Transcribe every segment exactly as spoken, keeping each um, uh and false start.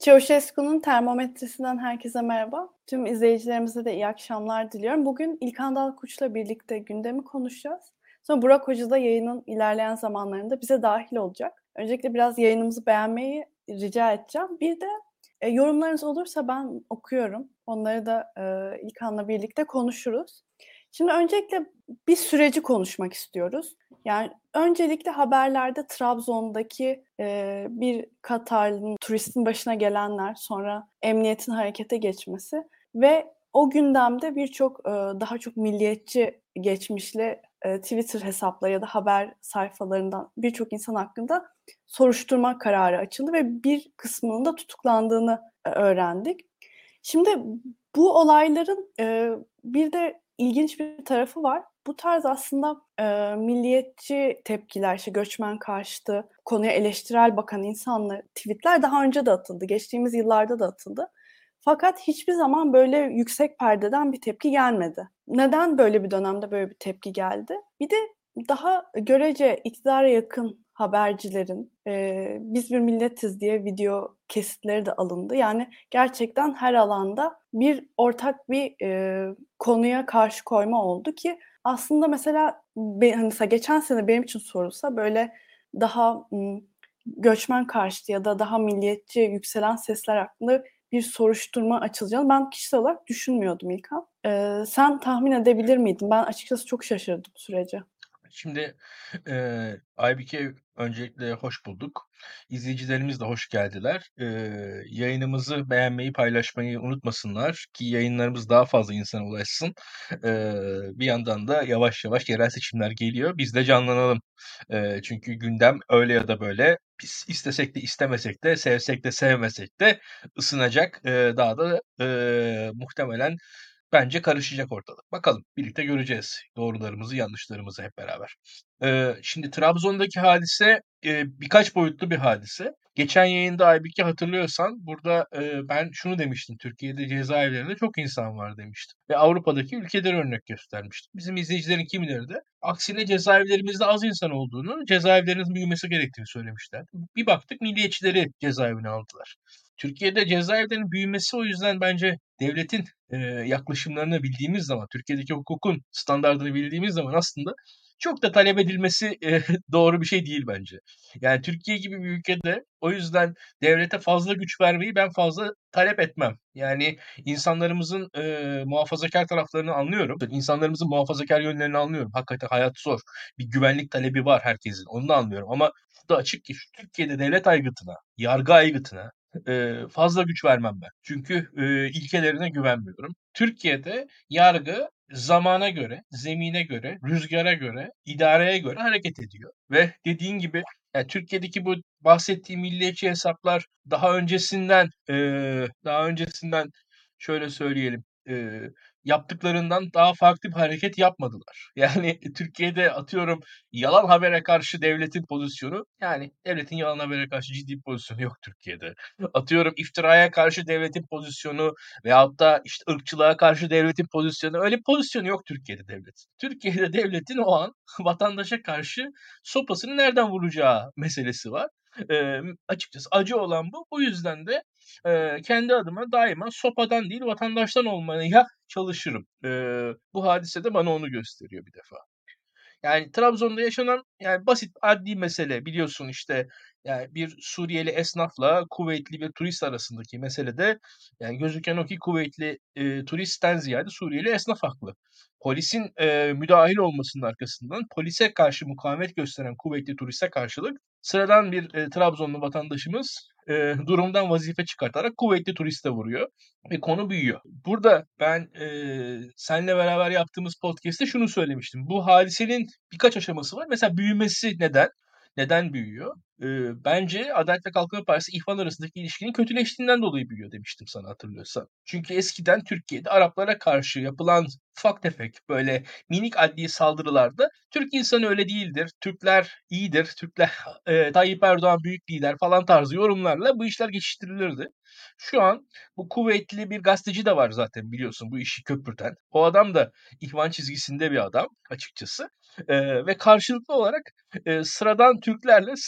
Ceauşescu'nun termometresinden herkese merhaba. Tüm izleyicilerimize de iyi akşamlar diliyorum. Bugün İlkan Dalkuç'la birlikte gündemi konuşacağız. Sonra Burak Hoca da yayının ilerleyen zamanlarında bize dahil olacak. Öncelikle biraz yayınımızı beğenmeyi rica edeceğim. Bir de e, yorumlarınız olursa ben okuyorum. Onları da e, İlkan'la birlikte konuşuruz. Şimdi öncelikle bir süreci konuşmak istiyoruz. Yani öncelikle haberlerde Trabzon'daki e, bir Katarlı turistin başına gelenler, sonra emniyetin harekete geçmesi ve o gündemde birçok e, daha çok milliyetçi geçmişli e, Twitter hesapları ya da haber sayfalarından birçok insan hakkında soruşturma kararı açıldı ve bir kısmının da tutuklandığını e, öğrendik. Şimdi bu olayların e, bir de ilginç bir tarafı var. Bu tarz aslında e, milliyetçi tepkiler, işte göçmen karşıtı, konuya eleştirel bakan insanlar, tweetler daha önce de atıldı. Geçtiğimiz yıllarda da atıldı. Fakat hiçbir zaman böyle yüksek perdeden bir tepki gelmedi. Neden böyle bir dönemde böyle bir tepki geldi? Bir de daha görece iktidara yakın habercilerin e, biz bir milletiz diye video kesitleri de alındı. Yani gerçekten her alanda bir ortak bir e, konuya karşı koyma oldu ki aslında mesela, be, hani mesela geçen sene benim için sorulsa böyle daha m, göçmen karşıtı ya da daha milliyetçi yükselen sesler hakkında bir soruşturma açılacağını ben kişisel olarak düşünmüyordum İlkan. Ee, sen tahmin edebilir miydin? Ben açıkçası çok şaşırdım sürece. Şimdi, eee, Aybike öncelikle hoş bulduk. İzleyicilerimiz de hoş geldiler. Eee, yayınımızı beğenmeyi, paylaşmayı unutmasınlar ki yayınlarımız daha fazla insana ulaşsın. Eee, bir yandan da yavaş yavaş yerel seçimler geliyor. Biz de canlanalım. Eee, çünkü gündem öyle ya da böyle biz istesek de istemesek de, sevsek de sevmesek de ısınacak. Eee, daha da eee, muhtemelen bence karışacak ortalık. Bakalım, birlikte göreceğiz doğrularımızı, yanlışlarımızı hep beraber. Eee, şimdi Trabzon'daki hadise eee, birkaç boyutlu bir hadise. Geçen yayında Aybike hatırlıyorsan burada eee, ben şunu demiştim. Türkiye'de cezaevlerinde çok insan var demiştim. Ve Avrupa'daki ülkeleri örnek göstermiştim. Bizim izleyicilerin kimileri de aksine cezaevlerimizde az insan olduğunu, cezaevlerinin büyümesi gerektiğini söylemişler. Bir baktık milliyetçileri cezaevine aldılar. Türkiye'de cezaevlerinin büyümesi o yüzden bence devletin eee, yaklaşımlarını bildiğimiz zaman, Türkiye'deki hukukun standardını bildiğimiz zaman aslında çok da talep edilmesi eee, doğru bir şey değil bence. Yani Türkiye gibi bir ülkede o yüzden devlete fazla güç vermeyi ben fazla talep etmem. Yani insanlarımızın eee muhafazakar taraflarını anlıyorum. İnsanlarımızın muhafazakar yönlerini anlıyorum. Hakikaten hayat zor. Bir güvenlik talebi var herkesin. Onu da anlıyorum. Ama şu da açık ki şu Türkiye'de devlet aygıtına, yargı aygıtına eee, fazla güç vermem ben. Çünkü eee, ilkelerine güvenmiyorum. Türkiye'de yargı zamana göre, zemine göre, rüzgara göre, idareye göre hareket ediyor. Ve dediğin gibi yani Türkiye'deki bu bahsettiğim milliyetçi hesaplar daha öncesinden eee, daha öncesinden şöyle söyleyelim eee, yaptıklarından daha farklı bir hareket yapmadılar. Yani Türkiye'de atıyorum yalan habere karşı devletin pozisyonu yani devletin yalan habere karşı ciddi bir pozisyonu yok Türkiye'de. Atıyorum iftiraya karşı devletin pozisyonu veyahut da işte ırkçılığa karşı devletin pozisyonu öyle bir pozisyonu yok Türkiye'de devlet. Türkiye'de devletin o an vatandaşa karşı sopasını nereden vuracağı meselesi var. Eee, açıkçası acı olan bu. Bu yüzden de eee, kendi adıma daima sopadan değil vatandaştan olmaya çalışırım. Eee, bu hadise de bana onu gösteriyor bir defa. Yani Trabzon'da yaşanan yani basit adli mesele biliyorsun işte yani bir Suriyeli esnafla Kuveytli bir turist arasındaki meselede yani gözüken o ki Kuveytli e, turistten ziyade Suriyeli esnaf haklı. Polisin e, müdahil olmasının arkasından polise karşı mukavemet gösteren Kuveytli turiste karşılık sıradan bir e, Trabzonlu vatandaşımız e, durumdan vazife çıkartarak Kuveytli turiste vuruyor ve konu büyüyor. Burada ben eee seninle beraber yaptığımız podcast'te şunu söylemiştim. Bu hadisenin birkaç aşaması var. Mesela büyümesi neden? Neden büyüyor? Eee, bence Adalet ve Kalkınma Partisi İhvan arasındaki ilişkinin kötüleştiğinden dolayı büyüyor demiştim sana hatırlıyorsan. Çünkü eskiden Türkiye'de Araplara karşı yapılan ufak tefek böyle minik adli saldırılarda Türk insanı öyle değildir, Türkler iyidir, Türkler eee, Tayyip Erdoğan büyük lider falan tarzı yorumlarla bu işler geçiştirilirdi. Şu an bu kuvvetli bir gazeteci de var zaten biliyorsun bu işi köpürten. O adam da ihvan çizgisinde bir adam açıkçası. Eee, ve karşılıklı olarak eee, sıradan Türklerle sıradan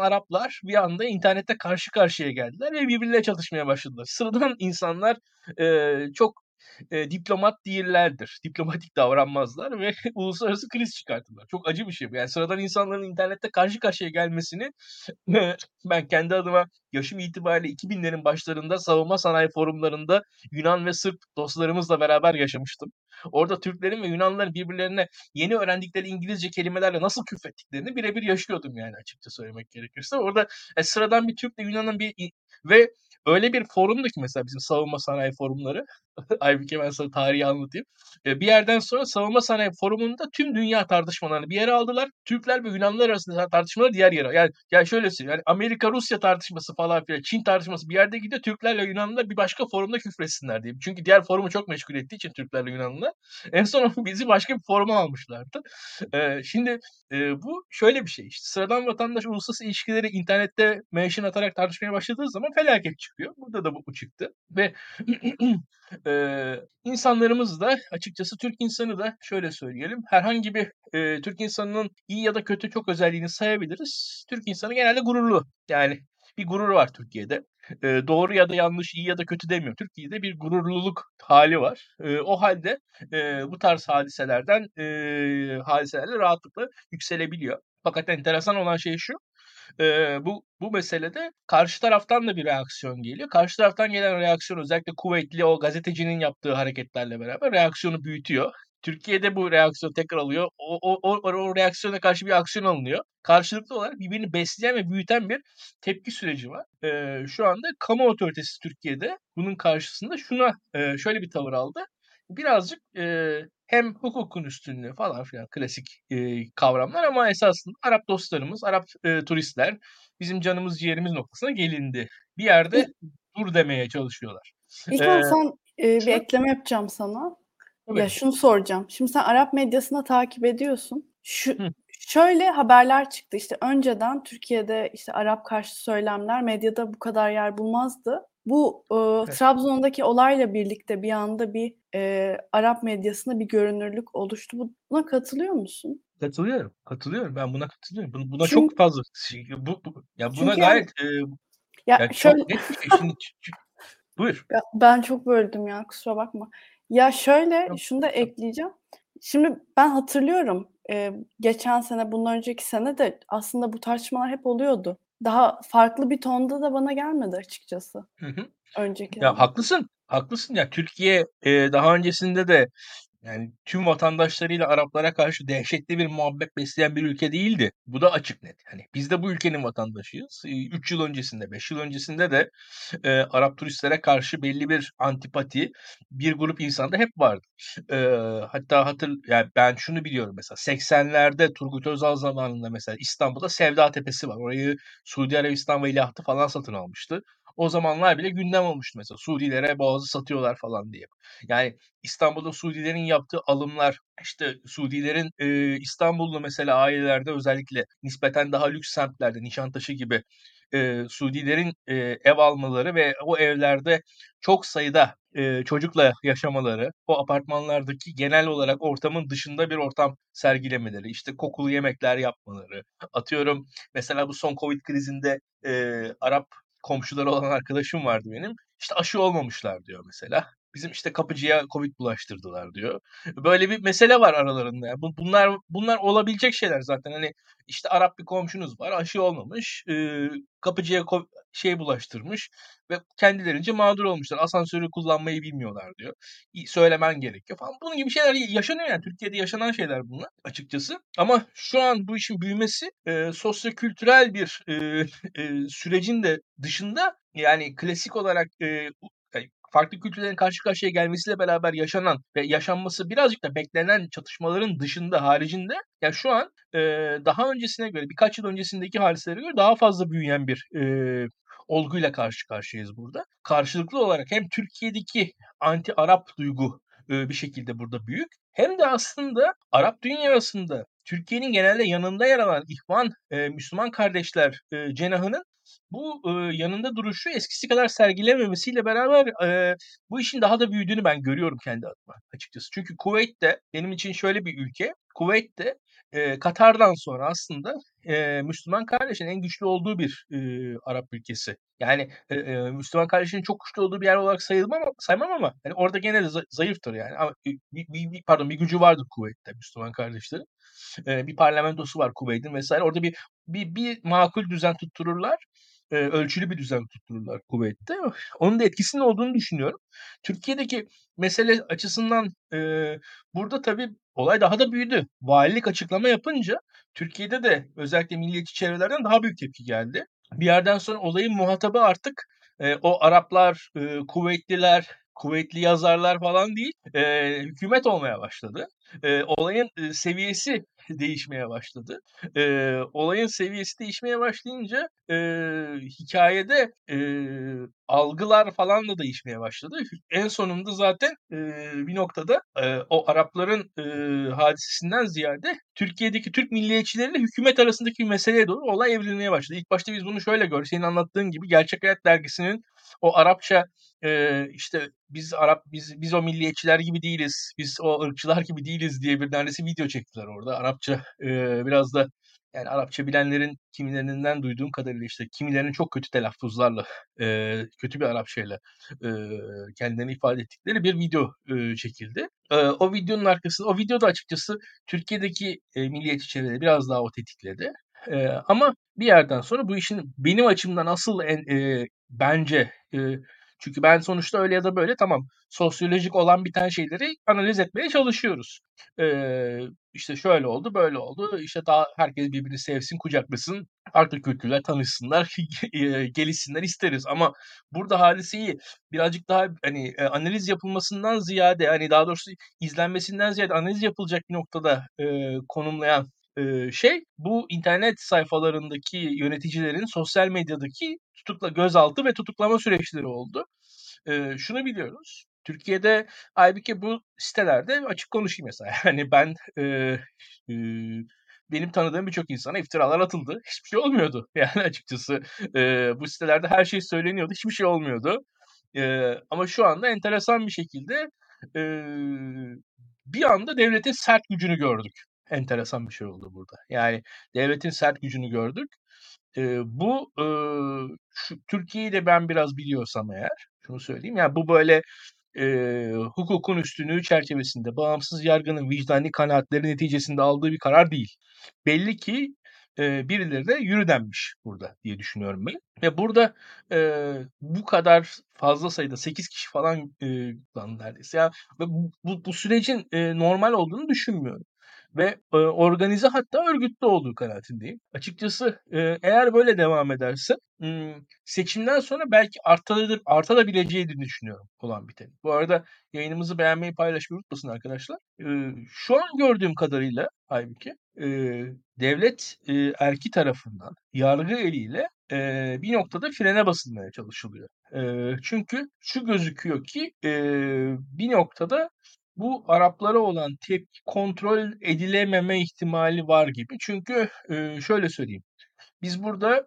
Araplar bir anda internette karşı karşıya geldiler ve birbirleriyle çatışmaya başladılar. Sıradan insanlar eee, çok eee, diplomat değillerdir. Diplomatik davranmazlar ve uluslararası kriz çıkartırlar. Çok acı bir şey bu. Yani sıradan insanların internette karşı karşıya gelmesini ben kendi adıma yaşım itibariyle iki binlerin başlarında savunma sanayi forumlarında Yunan ve Sırp dostlarımızla beraber yaşamıştım. Orada Türklerin ve Yunanlıların birbirlerine yeni öğrendikleri İngilizce kelimelerle nasıl küfrettiklerini birebir yaşıyordum yani açıkça söylemek gerekirse. Orada e, sıradan bir Türk'le Yunan'ın bir ve öyle bir forumdu ki mesela bizim savunma sanayi forumları. Aybüke ben sana tarihi anlatayım. E, bir yerden sonra savunma sanayi forumunda tüm dünya tartışmalarını bir yere aldılar. Türkler ve Yunanlılar arasında tartışmaları diğer yere. Yani, yani şöyle söyleyeyim. Yani Amerika-Rusya tartışması falan filan, Çin tartışması bir yerde gidiyor. Türklerle Yunanlılar bir başka forumda küfretsinler diye. Çünkü diğer forumu çok meşgul ettiği için Türklerle Yunanlılar. En son bizi başka bir foruma almışlardı. E, şimdi e, bu şöyle bir şey. İşte sıradan vatandaş uluslararası ilişkileri internette mention atarak tartışmaya başladığı zaman felaket çıkıyor. Burada da bu, bu çıktı. Ve Eee, insanlarımız da açıkçası Türk insanı da şöyle söyleyelim, herhangi bir eee, Türk insanının iyi ya da kötü çok özelliğini sayabiliriz. Türk insanı genelde gururlu. Yani bir gurur var Türkiye'de. Eee, doğru ya da yanlış, iyi ya da kötü demiyorum. Türkiye'de bir gururluluk hali var. Eee, o halde eee, bu tarz hadiselerden eee, hadiselerle rahatlıkla yükselebiliyor. Fakat enteresan olan şey şu, Eee, bu bu meselede karşı taraftan da bir reaksiyon geliyor. Karşı taraftan gelen reaksiyon özellikle kuvvetli o gazetecinin yaptığı hareketlerle beraber reaksiyonu büyütüyor. Türkiye'de bu reaksiyon tekrar alıyor. O, o, o, o reaksiyona karşı bir aksiyon alınıyor. Karşılıklı olarak birbirini besleyen ve büyüten bir tepki süreci var. Eee, şu anda kamu otoritesi Türkiye'de bunun karşısında şuna eee, şöyle bir tavır aldı. Birazcık eee, hem hukukun üstünlüğü falan filan klasik eee, kavramlar ama esasında Arap dostlarımız, Arap eee, turistler bizim canımız ciğerimiz noktasına gelindi. Bir yerde İlk, dur demeye çalışıyorlar. İlkan Eee sen e, bir Şu ekleme yapacağım sana. Ya tabii. şunu soracağım. Şimdi sen Arap medyasını takip ediyorsun. Şu Hı, şöyle haberler çıktı. İşte önceden Türkiye'de işte Arap karşıtı söylemler medyada bu kadar yer bulmazdı. Bu e, evet. Trabzon'daki olayla birlikte bir anda bir e, Arap medyasında bir görünürlük oluştu. Buna katılıyor musun? Katılıyorum. Katılıyorum. Ben buna katılıyorum. Buna, buna çok Çünkü fazla şey, bu, bu ya buna çünkü yani gayet eee, ya ya şöyle çok net bir şey. Şimdi ç- ç- buyur. Ya, ben çok böldüm ya, kusura bakma. Ya, şöyle, Yok, şunu da lütfen. ekleyeceğim. Şimdi ben hatırlıyorum, eee, geçen sene, bundan önceki sene de aslında bu tartışmalar hep oluyordu. Daha farklı bir tonda da bana gelmedi açıkçası Hı hı. Ya öncekinden. haklısın. Haklısın ya Türkiye eee, daha öncesinde de yani tüm vatandaşlarıyla Araplara karşı dehşetli bir muhabbet besleyen bir ülke değildi. Bu da açık net. Hani biz de bu ülkenin vatandaşıyız. üç yıl öncesinde, beş yıl öncesinde de eee, Arap turistlere karşı belli bir antipati bir grup insanda hep vardı. Eee, hatta hatır yani ben şunu biliyorum mesela seksenlerde Turgut Özal zamanında mesela İstanbul'da Sevda Tepesi var. Orayı Suudi Arabistan veliahtı falan satın almıştı. O zamanlar bile gündem olmuştu mesela Suudilere boğazı satıyorlar falan diye. Yani İstanbul'da Suudilerin yaptığı alımlar, işte Suudilerin eee, İstanbullu mesela ailelerde özellikle nispeten daha lüks semtlerde Nişantaşı gibi eee Suudilerin eee, ev almaları ve o evlerde çok sayıda eee, çocukla yaşamaları, o apartmanlardaki genel olarak ortamın dışında bir ortam sergilemeleri, işte kokulu yemekler yapmaları, atıyorum mesela bu son Covid krizinde eee, Arap komşuları olan arkadaşım vardı benim. İşte aşı olmamışlar diyor mesela. Bizim işte kapıcıya Covid bulaştırdılar diyor. Böyle bir mesele var aralarında. Ya. Bu- Bunlar bunlar olabilecek şeyler zaten. Hani işte Arap bir komşunuz var, aşı olmamış, eee, kapıcıya ko- şey bulaştırmış ve kendilerince mağdur olmuşlar. Asansörü kullanmayı bilmiyorlar diyor. İ- Söylemen gerekiyor falan. Bunun gibi şeyler yaşanıyor yani. Türkiye'de yaşanan şeyler bunlar açıkçası. Ama şu an bu işin büyümesi eee sosyo-kültürel bir eee, eee, sürecin de dışında yani klasik olarak eee, u- yani farklı kültürlerin karşı karşıya gelmesiyle beraber yaşanan ve yaşanması birazcık da beklenen çatışmaların dışında, haricinde ya şu an eee, daha öncesine göre, birkaç yıl öncesindeki hadiselere göre daha fazla büyüyen bir eee, olguyla karşı karşıyayız burada. Karşılıklı olarak hem Türkiye'deki anti-Arap duygu eee, bir şekilde burada büyük hem de aslında Arap dünyasında Türkiye'nin genelde yanında yer alan İhvan, eee, Müslüman kardeşler eee, cenahının bu eee, yanında duruşu eskisi kadar sergilememesiyle beraber eee, bu işin daha da büyüdüğünü ben görüyorum kendi adıma açıkçası. Çünkü Kuveyt de benim için şöyle bir ülke. Kuveyt de eee, Katar'dan sonra aslında eee, Müslüman kardeşin en güçlü olduğu bir eee, Arap ülkesi. Yani e, e, Müslüman kardeşinin çok güçlü olduğu bir yer olarak sayılmam ama, saymam ama hani orada gene de za- zayıftır yani. Ama bir, bir- bir- pardon bir gücü vardır Kuveyt'te Müslüman kardeşlerin. Eee, bir parlamentosu var Kuveyt'in vesaire. Orada bir bir bir makul düzen tuttururlar. Eee, ölçülü bir düzen tuttururlar Kuveyt'te. Onun da etkisinin olduğunu düşünüyorum. Türkiye'deki mesele açısından eee, burada tabii olay daha da büyüdü. Valilik açıklama yapınca Türkiye'de de özellikle milliyetçi çevrelerden daha büyük tepki geldi. Bir yerden sonra olayın muhatabı artık eee, o Araplar, eee, Kuveytliler, Kuveytli yazarlar falan değil, eee, hükümet olmaya başladı. Eee, olayın eee, seviyesi değişmeye başladı. Eee, olayın seviyesi değişmeye başlayınca eee hikayede eee, algılar falan da değişmeye başladı. En sonunda zaten eee, bir noktada eee, o Arapların eee, hadisesinden ziyade Türkiye'deki Türk milliyetçileriyle hükümet arasındaki bir meseleye doğru olay evrilmeye başladı. İlk başta biz bunu şöyle gördük. Senin anlattığın gibi Gerçek Hayat Dergisi'nin o Arapça eee, işte biz Arap biz biz o milliyetçiler gibi değiliz. Biz o ırkçılar gibi değiliz diye bir tanesi video çektiler orada. Arapça eee, biraz da yani Arapça bilenlerin kimilerinden duyduğum kadarıyla işte kimilerinin çok kötü telaffuzlarla eee, kötü bir Arapçayla eee, kendilerini ifade ettikleri bir video eee, çekildi. Eee, o videonun arkasında o videoda açıkçası Türkiye'deki eee, milliyetçi çevreleri biraz daha o tetikledi. Eee, ama bir yerden sonra bu işin benim açımdan asıl en, eee, bence eee, çünkü ben sonuçta öyle ya da böyle tamam sosyolojik olan biten şeyleri analiz etmeye çalışıyoruz. Eee işte şöyle oldu, böyle oldu. İşte daha herkes birbirini sevsin, kucaklasın, farklı kültürler tanışsınlar, eee, gelişsinler isteriz. Ama burada hadiseyi birazcık daha hani e, analiz yapılmasından ziyade, hani daha doğrusu izlenmesinden ziyade analiz yapılacak bir noktada eee, konumlayan eee, şey bu internet sayfalarındaki yöneticilerin sosyal medyadaki tutukla gözaltı ve tutuklama süreçleri oldu. Eee, şunu biliyoruz. Türkiye'de halbuki bu sitelerde açık konuşayım mesela. Yani ben eee, eee, benim tanıdığım birçok insana iftiralar atıldı. Hiçbir şey olmuyordu. Yani açıkçası eee, bu sitelerde her şey söyleniyordu. Hiçbir şey olmuyordu. Eee, ama şu anda enteresan bir şekilde eee, bir anda devletin sert gücünü gördük. Enteresan bir şey oldu burada. Yani devletin sert gücünü gördük. Eee, bu, ııı, şu Türkiye'yi de ben biraz biliyorsam eğer, şunu söyleyeyim, yani bu böyle, eee, hukukun üstünlüğü çerçevesinde bağımsız yargının vicdani kanaatleri neticesinde aldığı bir karar değil. Belli ki, eee, birileri de yürü denmiş burada diye düşünüyorum ben. Ve burada, eee, bu kadar fazla sayıda sekiz kişi falan, eee, tutuklandı neredeyse. Ya ve bu bu bu sürecin, eee, normal olduğunu düşünmüyorum ve eee, organize hatta örgütlü olduğu kanaatindeyim. Açıkçası eee, eğer böyle devam ederse ımm, seçimden sonra belki artabilir artabileceğini düşünüyorum olan biteni. Bu arada yayınımızı beğenmeyi, paylaşmayı unutmasın arkadaşlar. Eee, şu an gördüğüm kadarıyla hâlbuki eee, devlet eee, erki tarafından yargı eliyle eee, bir noktada frene basılmaya çalışılıyor. Eee, çünkü şu gözüküyor ki eee, bir noktada bu Araplara olan tepki kontrol edilememe ihtimali var gibi. Çünkü eee, şöyle söyleyeyim. Biz burada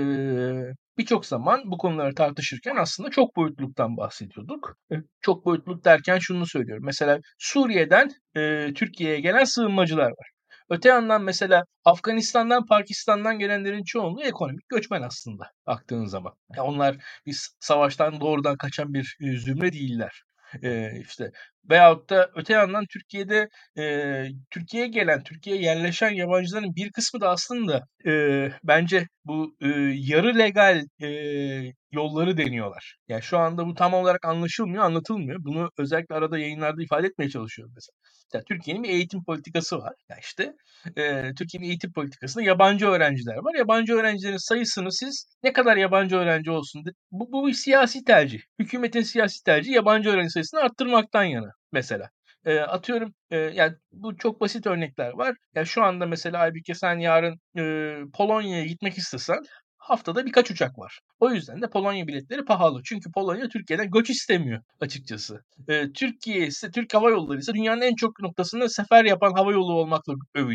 eee, birçok zaman bu konuları tartışırken aslında çok boyutluluktan bahsediyorduk. E, çok boyutluluk derken şunu söylüyorum. Mesela Suriye'den eee, Türkiye'ye gelen sığınmacılar var. Öte yandan mesela Afganistan'dan, Pakistan'dan gelenlerin çoğunluğu ekonomik göçmen aslında baktığın zaman. Ya onlar bir s- savaştan doğrudan kaçan bir e, zümre değiller. Eee işte veyahut da öte yandan Türkiye'de eee, Türkiye'ye gelen, Türkiye'ye yerleşen yabancıların bir kısmı da aslında eee, bence bu eee, yarı legal eee, yolları deniyorlar. Yani şu anda bu tam olarak anlaşılmıyor, anlatılmıyor. Bunu özellikle arada yayınlarda ifade etmeye çalışıyorum mesela. Ya Türkiye'nin bir eğitim politikası var. Ya işte eee, Türkiye'nin eğitim politikasında yabancı öğrenciler var. Yabancı öğrencilerin sayısını siz ne kadar yabancı öğrenci olsun de- bu, bu bir siyasi tercih. Hükümetin siyasi tercihi yabancı öğrenci sayısını arttırmaktan yana mesela. Eee, atıyorum eee, yani bu çok basit örnekler var. Ya şu anda mesela Aybüke sen yarın eee, Polonya'ya gitmek istesen haftada birkaç uçak var. O yüzden de Polonya biletleri pahalı. Çünkü Polonya Türkiye'den göç istemiyor açıkçası. Eee, Türkiye ise Türk Hava Yolları ise dünyanın en çok noktasında sefer yapan hava yolu olmakla övünüyor.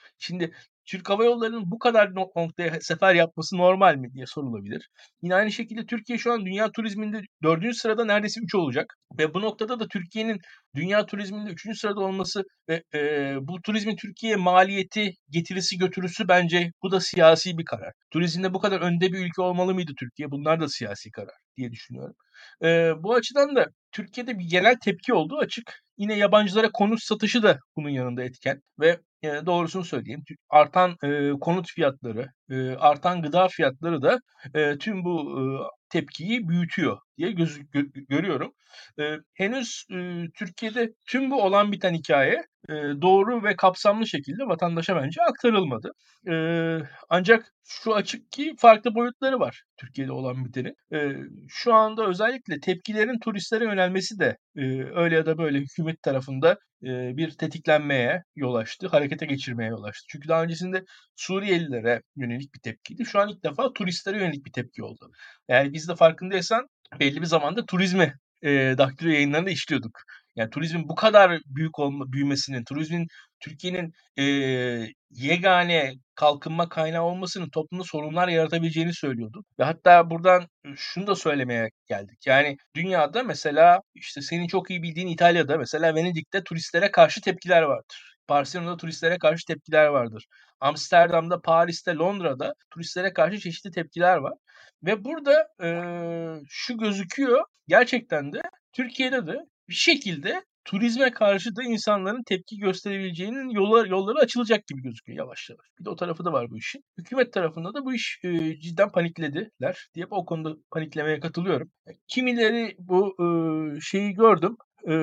Şimdi Türk Hava Yolları'nın bu kadar nok noktaya sefer yapması normal mi diye sorulabilir. Yine aynı şekilde Türkiye şu an dünya turizminde dördüncü sırada neredeyse üç olacak ve bu noktada da Türkiye'nin dünya turizminde üçüncü sırada olması ve, eee, bu turizmin Türkiye'ye maliyeti, getirisi götürüsü bence bu da siyasi bir karar. Turizmde bu kadar önde bir ülke olmalı mıydı Türkiye? Bunlar da siyasi karar diye düşünüyorum. Eee, bu açıdan da Türkiye'de bir genel tepki olduğu açık. Yine yabancılara konut satışı da bunun yanında etken ve eee, doğrusunu söyleyeyim, tü artan, eee, konut fiyatları, eee, artan gıda fiyatları da, eee, tüm bu, ııı, tepkiyi büyütüyor diye gözü gö görüyorum. Eee, henüz, ııı, Türkiye'de tüm bu olan biten hikâye, eee, doğru ve kapsamlı şekilde vatandaşa bence aktarılmadı. Eee, ancak şu açık ki farklı boyutları var Türkiye'de olan bitenin. Eee, şu anda özellikle tepkilerin turistlere yönelmesi de, eee, öyle ya da böyle hükümet tarafında, eee, bir tetiklenmeye yol açtı, harekete geçirmeye yol açtı. Çünkü daha öncesinde Suriyelilere yönelik bir tepkiydi. Şu an ilk defa turistlere yönelik bir tepki oldu. Yani biz de farkındaysan belli bir zamanda turizmi, eee, daktilo yayınlarında işliyorduk. Yani turizmin bu kadar büyük olma büyümesinin, turizmin Türkiye'nin, eee, yegane kalkınma kaynağı olmasının toplumda sorunlar yaratabileceğini söylüyorduk ve hatta buradan şunu da söylemeye geldik. Yani dünyada mesela, işte, senin çok iyi bildiğin İtalya'da mesela Venedik'te turistlere karşı tepkiler vardır. Barcelona'da turistlere karşı tepkiler vardır. Amsterdam'da, Paris'te, Londra'da turistlere karşı çeşitli tepkiler var ve burada, eee, şu gözüküyor, gerçekten de Türkiye'de de bir şekilde turizme karşı da insanların tepki gösterebileceğinin yollar yolları açılacak gibi gözüküyor yavaş yavaş. Bir de o tarafı da var bu işin. Hükümet tarafında da bu iş, eee, cidden paniklediler diye o konuda paniklemeye katılıyorum. E, kimileri bu, ııı, şeyi gördüm,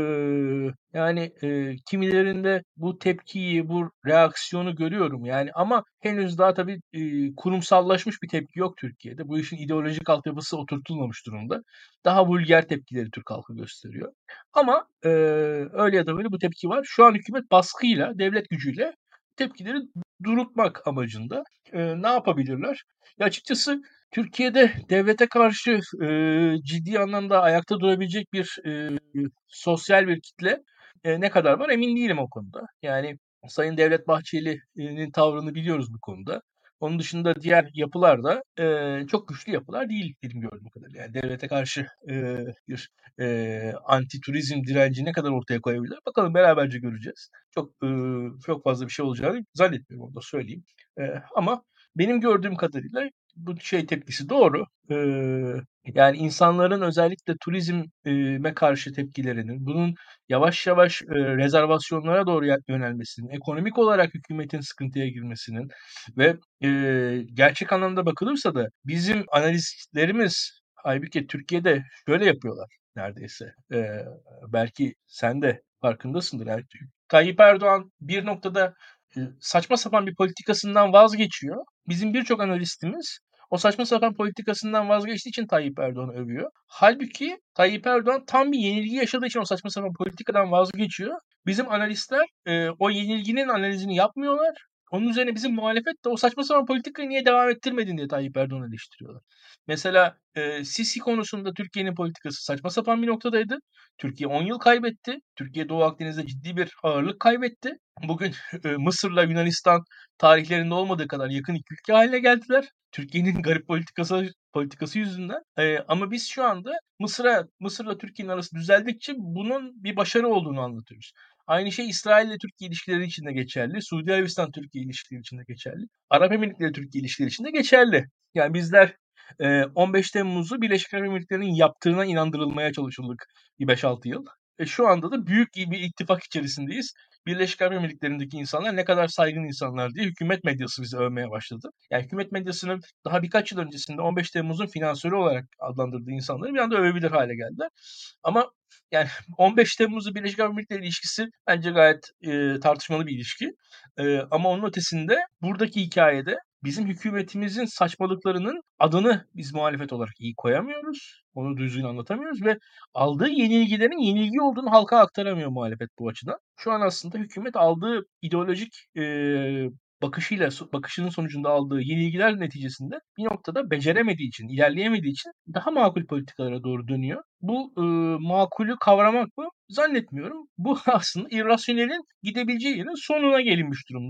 ııı, yani, eee, kimilerinde bu tepkiyi, bu reaksiyonu görüyorum yani ama henüz daha tabii, eee, kurumsallaşmış bir tepki yok Türkiye'de. Bu işin ideolojik altyapısı oturtulmamış durumda. Daha vulgar tepkileri Türk halkı gösteriyor. Ama, eee, öyle ya da böyle bu tepki var. Şu an hükümet baskıyla, devlet gücüyle tepkileri durutmak amacında. Eee, ne yapabilirler? Ya, açıkçası Türkiye'de devlete karşı, eee, ciddi anlamda ayakta durabilecek bir, eee, sosyal bir kitle, eee, ne kadar var emin değilim o konuda. Yani Sayın Devlet Bahçeli'nin tavrını biliyoruz bu konuda. Onun dışında diğer yapılar da, eee, çok güçlü yapılar değil benim gördüğüm kadarıyla. Yani devlete karşı, eee, bir, eee, anti turizm direnci ne kadar ortaya koyabilirler? Bakalım beraberce göreceğiz. Çok, ııı, çok fazla bir şey olacağını zannetmiyorum, onu da söyleyeyim. Eee, ama benim gördüğüm kadarıyla bu şey tepkisi doğru. Eee, yani insanların özellikle turizm eee, me karşı tepkilerinin, bunun yavaş yavaş, eee, rezervasyonlara doğru ya yönelmesinin, ekonomik olarak hükümetin sıkıntıya girmesinin ve, eee, gerçek anlamda bakılırsa da bizim analistlerimiz hâlbuki Türkiye'de şöyle yapıyorlar neredeyse. Eee, belki sen de farkındasındır. Yani Tü Tayyip Erdoğan bir noktada, eee, saçma sapan bir politikasından vazgeçiyor. Bizim birçok analistimiz o saçma sapan politikasından vazgeçtiği için Tayyip Erdoğan'ı övüyor. Hâlbuki Tayyip Erdoğan tam bir yenilgi yaşadığı için o saçma sapan politikadan vazgeçiyor. Bizim analistler, eee, o yenilginin analizini yapmıyorlar. Onun üzerine bizim muhalefet de o saçma sapan politikayı niye devam ettirmedin diye Tayyip Erdoğan'ı eleştiriyorlar. Mesela, eee, Sisi konusunda Türkiye'nin politikası saçma sapan bir noktadaydı. Türkiye on yıl kaybetti. Türkiye Doğu Akdeniz'de ciddi bir ağırlık kaybetti. Bugün, eee, Mısır'la Yunanistan tarihlerinde olmadığı kadar yakın iki ülke hâline geldiler. Türkiye'nin garip politikası politikası yüzünden. Eee, ama biz şu anda Mısır'a Mısır'la Türkiye'nin arası düzeldikçe bunun bir başarı olduğunu anlatıyoruz. Aynı şey İsrail'le Türkiye ilişkileri için de geçerli. Suudi Arabistan-Türkiye ilişkileri için de geçerli. Arap Emirlikleri-Türkiye ilişkileri için de geçerli. Yani bizler, eee, on beş Temmuz'u Birleşik Arap Emirlikleri'nin yaptığına inandırılmaya çalışıldık bir beş altı yıl. E, şu anda da büyük bir ittifak içerisindeyiz. Birleşik Arap Emirlikleri'ndeki insanlar ne kadar saygın insanlar diye hükümet medyası bizi övmeye başladı. Yani hükümet medyasının daha birkaç yıl öncesinde on beş Temmuz'un finansörü olarak adlandırdığı insanları bir anda övebilir hâle geldiler. Ama yani on beş Temmuz'la Birleşik Arap Emirlikleri ilişkisi bence gayet, eee, tartışmalı bir ilişki. Eee, ama onun ötesinde buradaki hikâyede bizim hükümetimizin saçmalıklarının adını biz muhalefet olarak iyi koyamıyoruz. Onu düzgün anlatamıyoruz ve aldığı yenilgilerin yenilgi olduğunu halka aktaramıyor muhalefet bu açıdan. Şu an aslında hükümet aldığı ideolojik, eee, bakışıyla so bakışının sonucunda aldığı yenilgiler neticesinde bir noktada beceremediği için, ilerleyemediği için daha makul politikalara doğru dönüyor. Bu, ııı, makulü kavramak mı? Zannetmiyorum. Bu aslında irrasyonelin gidebileceği yerin sonuna gelinmiş durumda.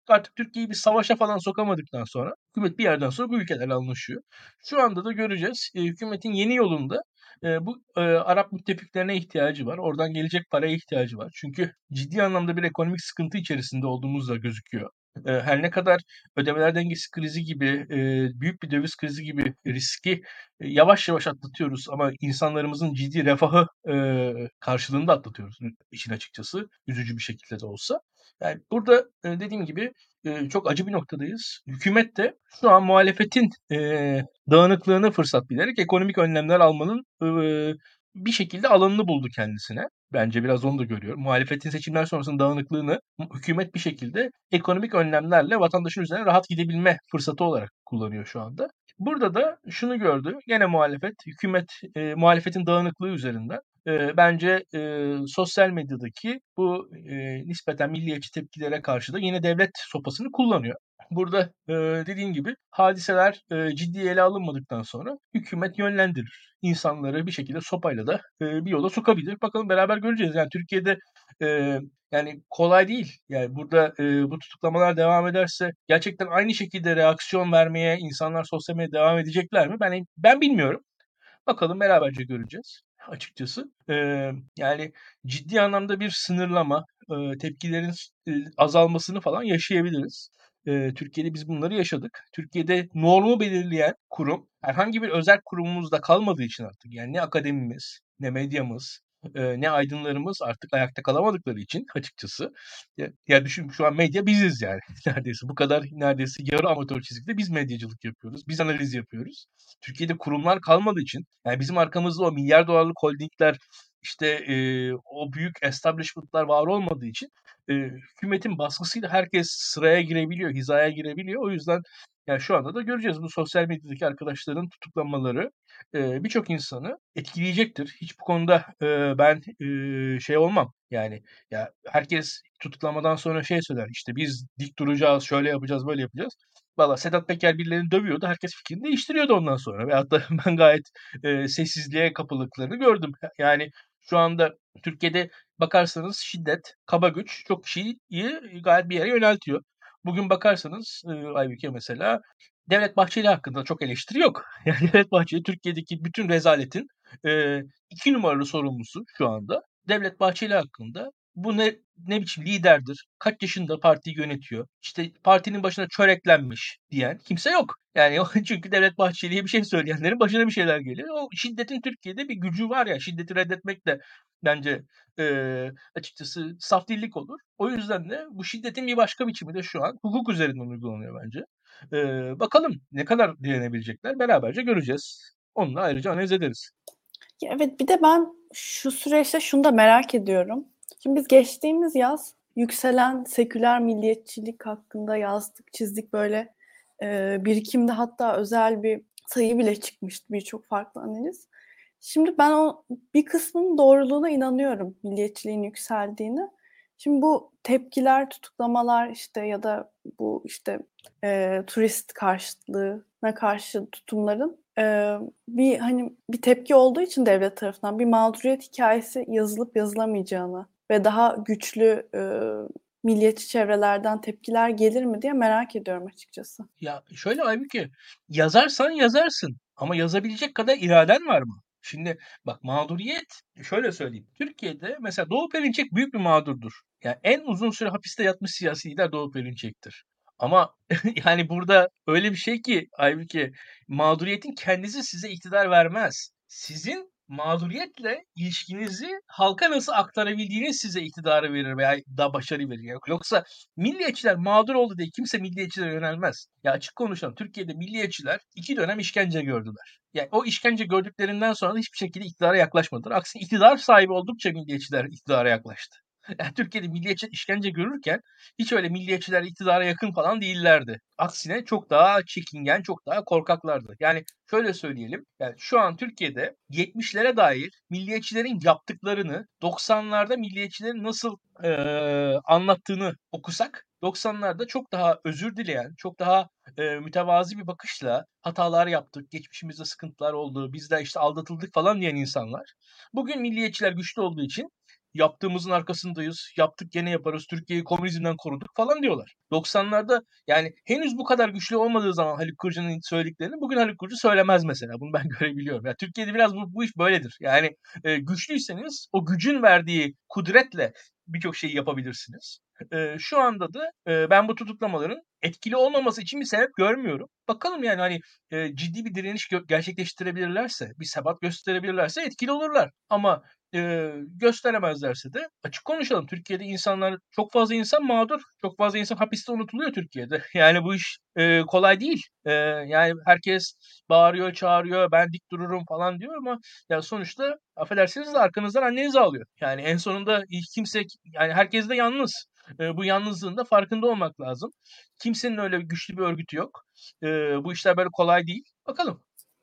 Artık Türkiye'yi bir savaşa falan sokamadıktan sonra hükümet bir yerden sonra bu ülkelerle anlaşıyor. Şu anda da göreceğiz. Eee, hükümetin yeni yolunda, eee, bu, eee, Arap müttefiklerine ihtiyacı var. Oradan gelecek paraya ihtiyacı var. Çünkü ciddi anlamda bir ekonomik sıkıntı içerisinde olduğumuz da gözüküyor. Eee, her ne kadar ödemeler dengesi krizi gibi, eee, büyük bir döviz krizi gibi riski, eee, yavaş yavaş atlatıyoruz ama insanlarımızın ciddi refahı, eee, karşılığında atlatıyoruz işin açıkçası, üzücü bir şekilde de olsa. Yani burada, eee, dediğim gibi, eee, çok acı bir noktadayız. Hükümet de şu an muhalefetin, eee, dağınıklığını fırsat bilerek ekonomik önlemler almanın, ııı, bir şekilde alanını buldu kendisine. Bence biraz onu da görüyorum. Muhalefetin seçimler sonrasında dağınıklığını hükümet bir şekilde ekonomik önlemlerle vatandaşın üzerine rahat gidebilme fırsatı olarak kullanıyor şu anda. Burada da şunu gördü. Gene muhalefet, hükümet, eee, muhalefetin dağınıklığı üzerinden, eee, bence, eee, sosyal medyadaki bu, eee, nispeten milliyetçi tepkilere karşı da yine devlet sopasını kullanıyor. Burada, eee, dediğim gibi hadiseler, eee, ciddiye ele alınmadıktan sonra hükümet yönlendirir. İnsanları bir şekilde sopayla da, eee, bir yola sokabilir. Bakalım beraber göreceğiz. Yani Türkiye'de, eee, yani kolay değil. Yani burada, eee, bu tutuklamalar devam ederse gerçekten aynı şekilde reaksiyon vermeye insanlar sosyal medyada devam edecekler mi? Ben ben bilmiyorum. Bakalım beraberce göreceğiz açıkçası. Eee, yani ciddi anlamda bir sınırlama, eee, tepkilerin s eee, azalmasını falan yaşayabiliriz. Eee, Türkiye'de biz bunları yaşadık. Türkiye'de normu belirleyen kurum herhangi bir özerk kurumumuzda kalmadığı için artık yani ne akademimiz, ne medyamız, eee, ne aydınlarımız artık ayakta kalamadıkları için açıkçası. Ya ya düşün şu an medya biziz yani neredeyse. Bu kadar neredeyse yarı amatör çizgide biz medyacılık yapıyoruz. Biz analiz yapıyoruz. Türkiye'de kurumlar kalmadığı için yani bizim arkamızda o milyar dolarlık holdingler işte eee, o büyük establishment'lar var olmadığı için eee, hükümetin baskısıyla herkes sıraya girebiliyor, hizaya girebiliyor. O yüzden yani şu anda da göreceğiz bu sosyal medyadaki arkadaşların tutuklamaları eee, birçok insanı etkileyecektir. Hiç bu konuda eee, ben eee, şey olmam yani ya herkes tutuklamadan sonra şey söyler işte biz dik duracağız, şöyle yapacağız, böyle yapacağız. Valla Sedat Peker birilerini dövüyordu. Herkes fikrini değiştiriyordu ondan sonra. Veyahut da ben gayet eee, sessizliğe kapılıklarını gördüm. Yani şu anda Türkiye'de bakarsanız şiddet, kaba güç çok kişiyi gayet bir yere yöneltiyor. Bugün bakarsanız eee Aybüke mesela Devlet Bahçeli hakkında çok eleştiri yok. Yani Devlet Bahçeli Türkiye'deki bütün rezaletin eee iki numaralı sorumlusu şu anda. Devlet Bahçeli hakkında bu ne ne biçim liderdir, kaç yaşında partiyi yönetiyor, işte partinin başına çöreklenmiş diyen kimse yok. Yani o çünkü Devlet Bahçeli'ye bir şey söyleyenlerin başına bir şeyler geliyor. O şiddetin Türkiye'de bir gücü var ya, şiddeti reddetmek de bence eee, açıkçası saf dillik olur. O yüzden de bu şiddetin bir başka biçimi de şu an hukuk üzerinden uygulanıyor bence. Eee, bakalım ne kadar direnebilecekler beraberce göreceğiz. Onu da ayrıca analiz ederiz. Ya, evet, bir de ben şu süreçte şunu da merak ediyorum. Şimdi biz geçtiğimiz yaz yükselen seküler milliyetçilik hakkında yazdık, çizdik böyle. Eee, Birikim'de hatta özel bir sayı bile çıkmıştı, birçok farklı analiz. Şimdi ben o bir kısmının doğruluğuna inanıyorum, milliyetçiliğin yükseldiğini. Şimdi bu tepkiler, tutuklamalar işte ya da bu işte eee, turist karşıtlığına karşı tutumların eee, bir hani bir tepki olduğu için devlet tarafından bir mağduriyet hikayesi yazılıp yazılamayacağını ve daha güçlü eee, milliyetçi çevrelerden tepkiler gelir mi diye merak ediyorum açıkçası. Ya şöyle Aybüke, yazarsan yazarsın ama yazabilecek kadar iraden var mı? Şimdi bak mağduriyet şöyle söyleyeyim. Türkiye'de mesela Doğu Perinçek büyük bir mağdurdur. Yani en uzun süre hapiste yatmış siyasi lider Doğu Perinçek'tir. Ama yani burada öyle bir şey ki Aybüke mağduriyetin kendisi size iktidar vermez. Sizin mağduriyetle ilişkinizi halka nasıl aktarabildiğiniz size iktidarı verir veya daha başarı verir. Yani Yoksa milliyetçiler mağdur oldu diye kimse milliyetçilere yönelmez. Ya açık konuşalım. Türkiye'de milliyetçiler iki dönem işkence gördüler. Yani o işkence gördüklerinden sonra da hiçbir şekilde iktidara yaklaşmadılar. Aksine iktidar sahibi oldukça milliyetçiler iktidara yaklaştı. Yani Türkiye'de milliyetçi işkence görürken hiç öyle milliyetçiler iktidara yakın falan değillerdi. Aksine çok daha çekingen, çok daha korkaklardı. Yani şöyle söyleyelim. Yani şu an Türkiye'de yetmişlere dair milliyetçilerin yaptıklarını doksanlarda milliyetçilerin nasıl eee, anlattığını okusak doksanlarda çok daha özür dileyen, çok daha eee, mütevazi bir bakışla hatalar yaptık, geçmişimizde sıkıntılar oldu, biz de işte aldatıldık falan diyen insanlar. Bugün milliyetçiler güçlü olduğu için yaptığımızın arkasındayız, yaptık gene yaparız, Türkiye'yi komünizmden koruduk falan diyorlar. doksanlarda yani henüz bu kadar güçlü olmadığı zaman Haluk Kurcu'nun söylediklerini bugün Haluk Kurcu söylemez mesela. Bunu ben görebiliyorum. Yani Türkiye'de biraz bu, bu iş böyledir. Yani e, güçlüyseniz o gücün verdiği kudretle birçok şeyi yapabilirsiniz. E, şu anda da e, ben bu tutuklamaların etkili olmaması için bir sebep görmüyorum. Bakalım yani hani e, ciddi bir direniş gö- gerçekleştirebilirlerse, bir sebat gösterebilirlerse etkili olurlar. Ama e, gösteremezlerse de açık konuşalım. Türkiye'de insanlar çok fazla insan mağdur, çok fazla insan hapiste unutuluyor Türkiye'de. Yani bu iş e, kolay değil. E, yani herkes bağırıyor, çağırıyor, ben dik dururum falan diyor ama ya sonuçta affedersiniz de arkanızdan anneniz ağlıyor. Yani en sonunda hiç kimse yani herkes de yalnız. E, bu yalnızlığın da farkında olmak lazım. Kimsenin öyle güçlü bir örgütü yok. E, bu işler böyle kolay değil. Bakalım.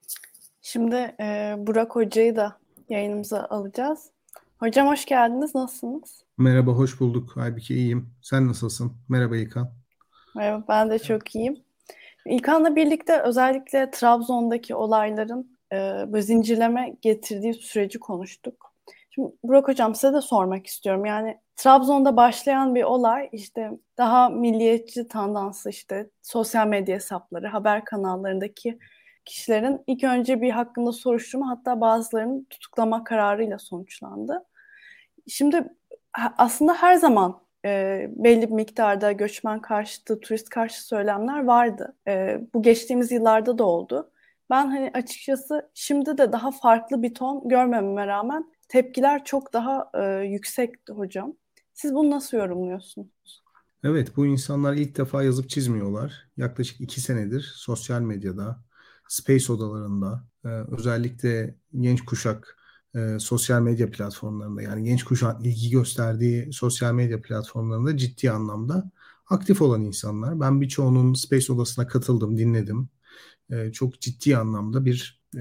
Şimdi e, Burak Hoca'yı da yayınımıza alacağız. Hocam hoş geldiniz. Nasılsınız? Merhaba, hoş bulduk. Halbuki iyiyim. Sen nasılsın? Merhaba İlkan. Merhaba, ben de çok iyiyim. İlkan'la birlikte özellikle Trabzon'daki olayların e, böyle zincirleme getirdiği süreci konuştuk. Şimdi Burak Hocam size de sormak istiyorum. Yani Trabzon'da başlayan bir olay işte daha milliyetçi tandanslı işte sosyal medya hesapları, haber kanallarındaki kişilerin ilk önce bir hakkında soruşturma hatta bazılarının tutuklama kararıyla sonuçlandı. Şimdi ha- aslında her zaman e, belli bir miktarda göçmen karşıtı, turist karşıtı söylemler vardı. E, bu geçtiğimiz yıllarda da oldu. Ben hani açıkçası şimdi de daha farklı bir ton görmememe rağmen tepkiler çok daha e, yüksekti hocam. Siz bunu nasıl yorumluyorsunuz? Evet, bu insanlar ilk defa yazıp çizmiyorlar. Yaklaşık iki senedir sosyal medyada, space odalarında, e, özellikle genç kuşak e, sosyal medya platformlarında, yani genç kuşak ilgi gösterdiği sosyal medya platformlarında ciddi anlamda aktif olan insanlar. Ben birçoğunun space odasına katıldım, dinledim. E, çok ciddi anlamda bir e,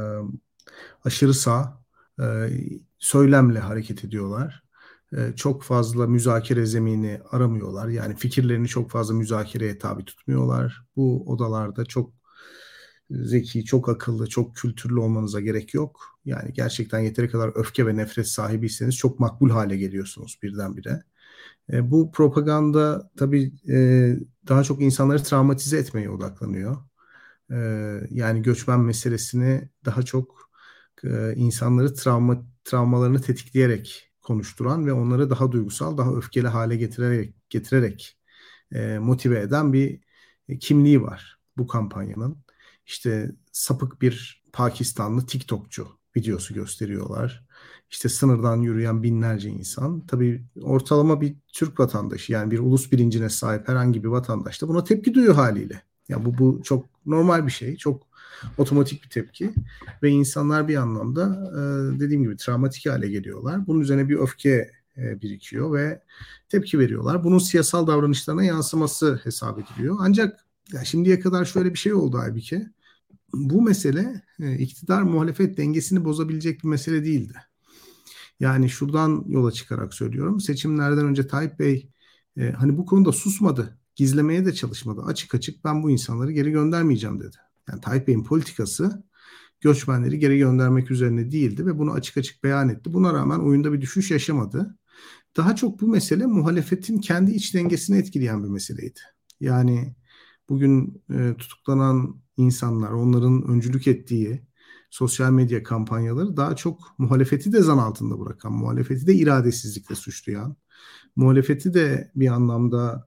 aşırı sağ e, söylemle hareket ediyorlar. E, çok fazla müzakere zemini aramıyorlar. Yani fikirlerini çok fazla müzakereye tabi tutmuyorlar. Bu odalarda çok zeki, çok akıllı, çok kültürlü olmanıza gerek yok. Yani gerçekten yeteri kadar öfke ve nefret sahibiyseniz çok makbul hale geliyorsunuz birdenbire. E, bu propaganda tabii e, daha çok insanları travmatize etmeye odaklanıyor. E, Yani göçmen meselesini daha çok e, insanları travma travmalarını tetikleyerek konuşturan ve onları daha duygusal, daha öfkeli hale getirerek getirerek e, motive eden bir e, kimliği var bu kampanyanın. İşte sapık bir Pakistanlı TikTokçu videosu gösteriyorlar. İşte sınırdan yürüyen binlerce insan. Tabii ortalama bir Türk vatandaşı, yani bir ulus bilincine sahip herhangi bir vatandaş da buna tepki duyuyor haliyle. Ya bu bu çok normal bir şey, çok otomatik bir tepki ve insanlar bir anlamda e, dediğim gibi travmatik hale geliyorlar. Bunun üzerine bir öfke e, birikiyor ve tepki veriyorlar. Bunun siyasal davranışlarına yansıması hesap ediliyor. Ancak ya şimdiye kadar şöyle bir şey oldu Aybike. Bu mesele e, iktidar muhalefet dengesini bozabilecek bir mesele değildi. Yani şuradan yola çıkarak söylüyorum. Seçimlerden önce Tayyip Bey e, hani bu konuda susmadı. Gizlemeye de çalışmadı. Açık açık ben bu insanları geri göndermeyeceğim dedi. Yani Tayyip Bey'in politikası göçmenleri geri göndermek üzerine değildi ve bunu açık açık beyan etti. Buna rağmen oyunda bir düşüş yaşamadı. Daha çok bu mesele muhalefetin kendi iç dengesini etkileyen bir meseleydi. Yani bugün e, tutuklanan insanlar, onların öncülük ettiği sosyal medya kampanyaları daha çok muhalefeti de zan altında bırakan, muhalefeti de iradesizlikle suçlayan, muhalefeti de bir anlamda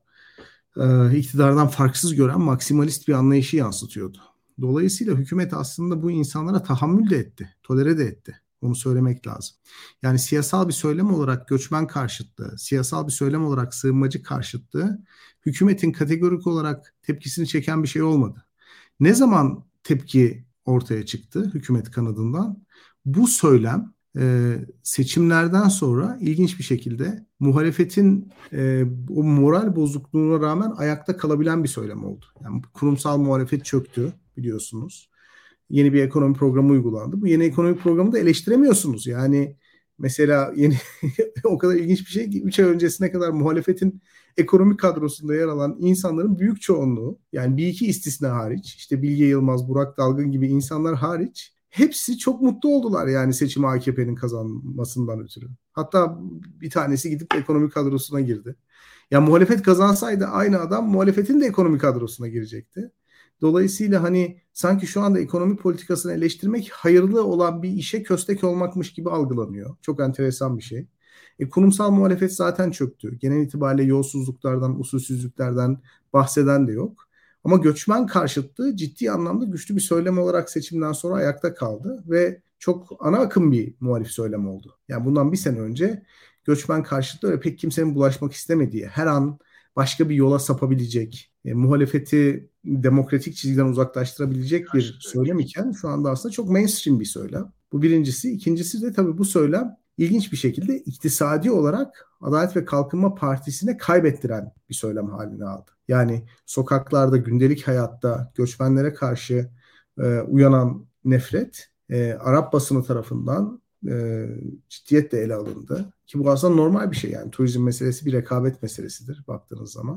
e, iktidardan farksız gören maksimalist bir anlayışı yansıtıyordu. Dolayısıyla hükümet aslında bu insanlara tahammül de etti, tolere de etti. Onu söylemek lazım. Yani siyasal bir söylem olarak göçmen karşıtlığı, siyasal bir söylem olarak sığınmacı karşıtlığı hükümetin kategorik olarak tepkisini çeken bir şey olmadı. Ne zaman tepki ortaya çıktı hükümet kanadından? Bu söylem e, seçimlerden sonra ilginç bir şekilde muhalefetin e, o moral bozukluğuna rağmen ayakta kalabilen bir söylem oldu. Yani kurumsal muhalefet çöktü biliyorsunuz. Yeni bir ekonomi programı uygulandı. Bu yeni ekonomi programı da eleştiremiyorsunuz. Yani mesela yeni o kadar ilginç bir şey ki üç ay öncesine kadar muhalefetin ekonomi kadrosunda yer alan insanların büyük çoğunluğu, yani bir iki istisna hariç, işte Bilge Yılmaz, Burak Dalgın gibi insanlar hariç hepsi çok mutlu oldular yani seçimi A K P'nin kazanmasından ötürü. Hatta bir tanesi gidip ekonomi kadrosuna girdi. Ya muhalefet kazansaydı aynı adam muhalefetin de ekonomi kadrosuna girecekti. Dolayısıyla hani sanki şu anda ekonomi politikasını eleştirmek hayırlı olan bir işe köstek olmakmış gibi algılanıyor. Çok enteresan bir şey. E, kurumsal muhalefet zaten çöktü. Genel itibariyle yolsuzluklardan, usulsüzlüklerden bahseden de yok. Ama göçmen karşıtlığı ciddi anlamda güçlü bir söylem olarak seçimden sonra ayakta kaldı ve çok ana akım bir muhalif söylem oldu. Yani bundan bir sene önce göçmen karşıtlığı öyle pek kimsenin bulaşmak istemediği, her an başka bir yola sapabilecek, e, muhalefeti demokratik çizgiden uzaklaştırabilecek bir söylem iken şu anda aslında çok mainstream bir söylem. Bu birincisi. İkincisi de tabii bu söylem ilginç bir şekilde iktisadi olarak Adalet ve Kalkınma Partisi'ne kaybettiren bir söylem haline aldı. Yani sokaklarda, gündelik hayatta göçmenlere karşı e, uyanan nefret e, Arap basını tarafından e, ciddiyetle ele alındı. Ki bu aslında normal bir şey yani. Turizm meselesi bir rekabet meselesidir baktığınız zaman.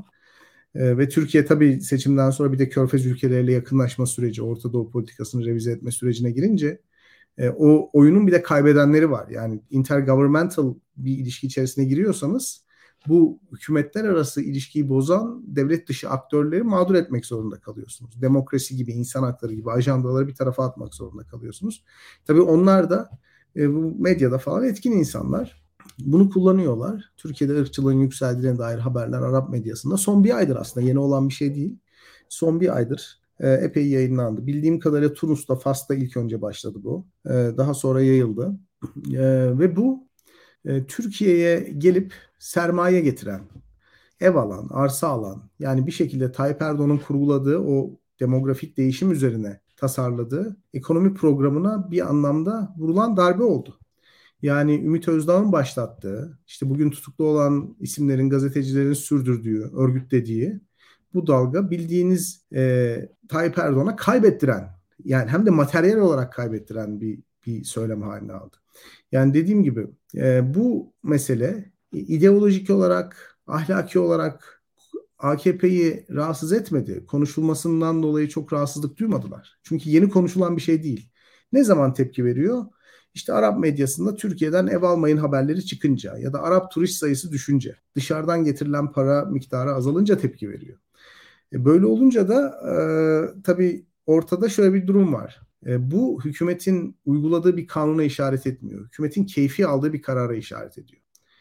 E, ve Türkiye tabii seçimden sonra bir de Körfez ülkeleriyle yakınlaşma süreci, Orta Doğu politikasını revize etme sürecine girince e, o oyunun bir de kaybedenleri var. Yani intergovernmental bir ilişki içerisine giriyorsanız bu hükümetler arası ilişkiyi bozan devlet dışı aktörleri mağdur etmek zorunda kalıyorsunuz. Demokrasi gibi, insan hakları gibi ajandaları bir tarafa atmak zorunda kalıyorsunuz. Tabii onlar da e, bu medyada falan etkin insanlar. Bunu kullanıyorlar. Türkiye'de ırkçılığın yükseldiğine dair haberler Arap medyasında son bir aydır aslında yeni olan bir şey değil. Son bir aydır e, epey yayınlandı. Bildiğim kadarıyla Tunus'ta, Fas'ta ilk önce başladı bu. E, daha sonra yayıldı. E, ve bu e, Türkiye'ye gelip sermaye getiren, ev alan, arsa alan, yani bir şekilde Tayyip Erdoğan'ın kurguladığı o demografik değişim üzerine tasarladığı ekonomi programına bir anlamda vurulan darbe oldu. Yani Ümit Özdağ'ın başlattığı, işte bugün tutuklu olan isimlerin, gazetecilerin sürdürdüğü, örgütlediği bu dalga bildiğiniz e, Tayyip Erdoğan'a kaybettiren, yani hem de materyal olarak kaybettiren bir, bir söylem haline aldı. Yani dediğim gibi e, bu mesele ideolojik olarak, ahlaki olarak A K P'yi rahatsız etmedi. Konuşulmasından dolayı çok rahatsızlık duymadılar. Çünkü yeni konuşulan bir şey değil. Ne zaman tepki veriyor? İşte Arap medyasında Türkiye'den ev almayın haberleri çıkınca ya da Arap turist sayısı düşünce, dışarıdan getirilen para miktarı azalınca tepki veriyor. E böyle olunca da e, tabii ortada şöyle bir durum var. E, bu hükümetin uyguladığı bir kanuna işaret etmiyor. Hükümetin keyfi aldığı bir karara işaret ediyor.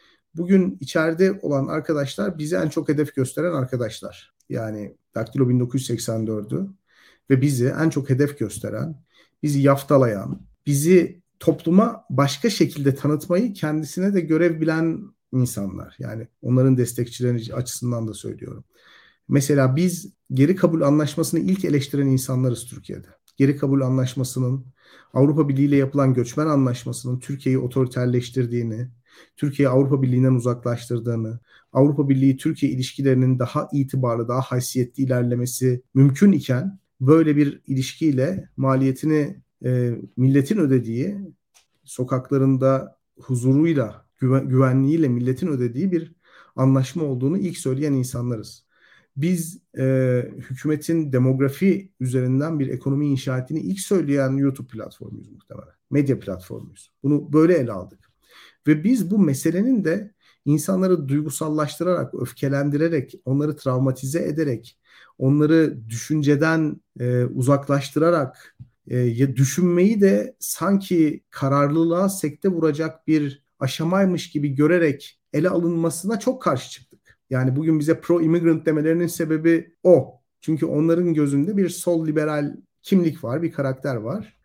Bugün içeride olan arkadaşlar bizi en çok hedef gösteren arkadaşlar. Yani Daktilo bin dokuz yüz seksen dördü ve bizi en çok hedef gösteren, bizi yaftalayan, bizi topluma başka şekilde tanıtmayı kendisine de görev bilen insanlar. Yani onların destekçileri açısından da söylüyorum. Mesela biz geri kabul anlaşmasını ilk eleştiren insanlarız Türkiye'de. Geri kabul anlaşmasının, Avrupa Birliği ile yapılan göçmen anlaşmasının Türkiye'yi otoriterleştirdiğini, Türkiye'yi Avrupa Birliği'nden uzaklaştırdığını, Avrupa Birliği-Türkiye ilişkilerinin daha itibarlı, daha haysiyetli ilerlemesi mümkün iken böyle bir ilişkiyle maliyetini e, milletin ödediği, sokaklarında huzuruyla, güven, güvenliğiyle milletin ödediği bir anlaşma olduğunu ilk söyleyen insanlarız. Biz e, hükümetin demografi üzerinden bir ekonomi inşa ettiğini ilk söyleyen YouTube platformuyuz muhtemelen. Medya platformuyuz. Bunu böyle ele aldık. Ve biz bu meselenin de insanları duygusallaştırarak, öfkelendirerek, onları travmatize ederek, onları düşünceden e, uzaklaştırarak, e, düşünmeyi de sanki kararlılığa sekte vuracak bir aşamaymış gibi görerek ele alınmasına çok karşı çıktık. Yani bugün bize pro-immigrant demelerinin sebebi o. Çünkü onların gözünde bir sol liberal kimlik var, bir karakter var.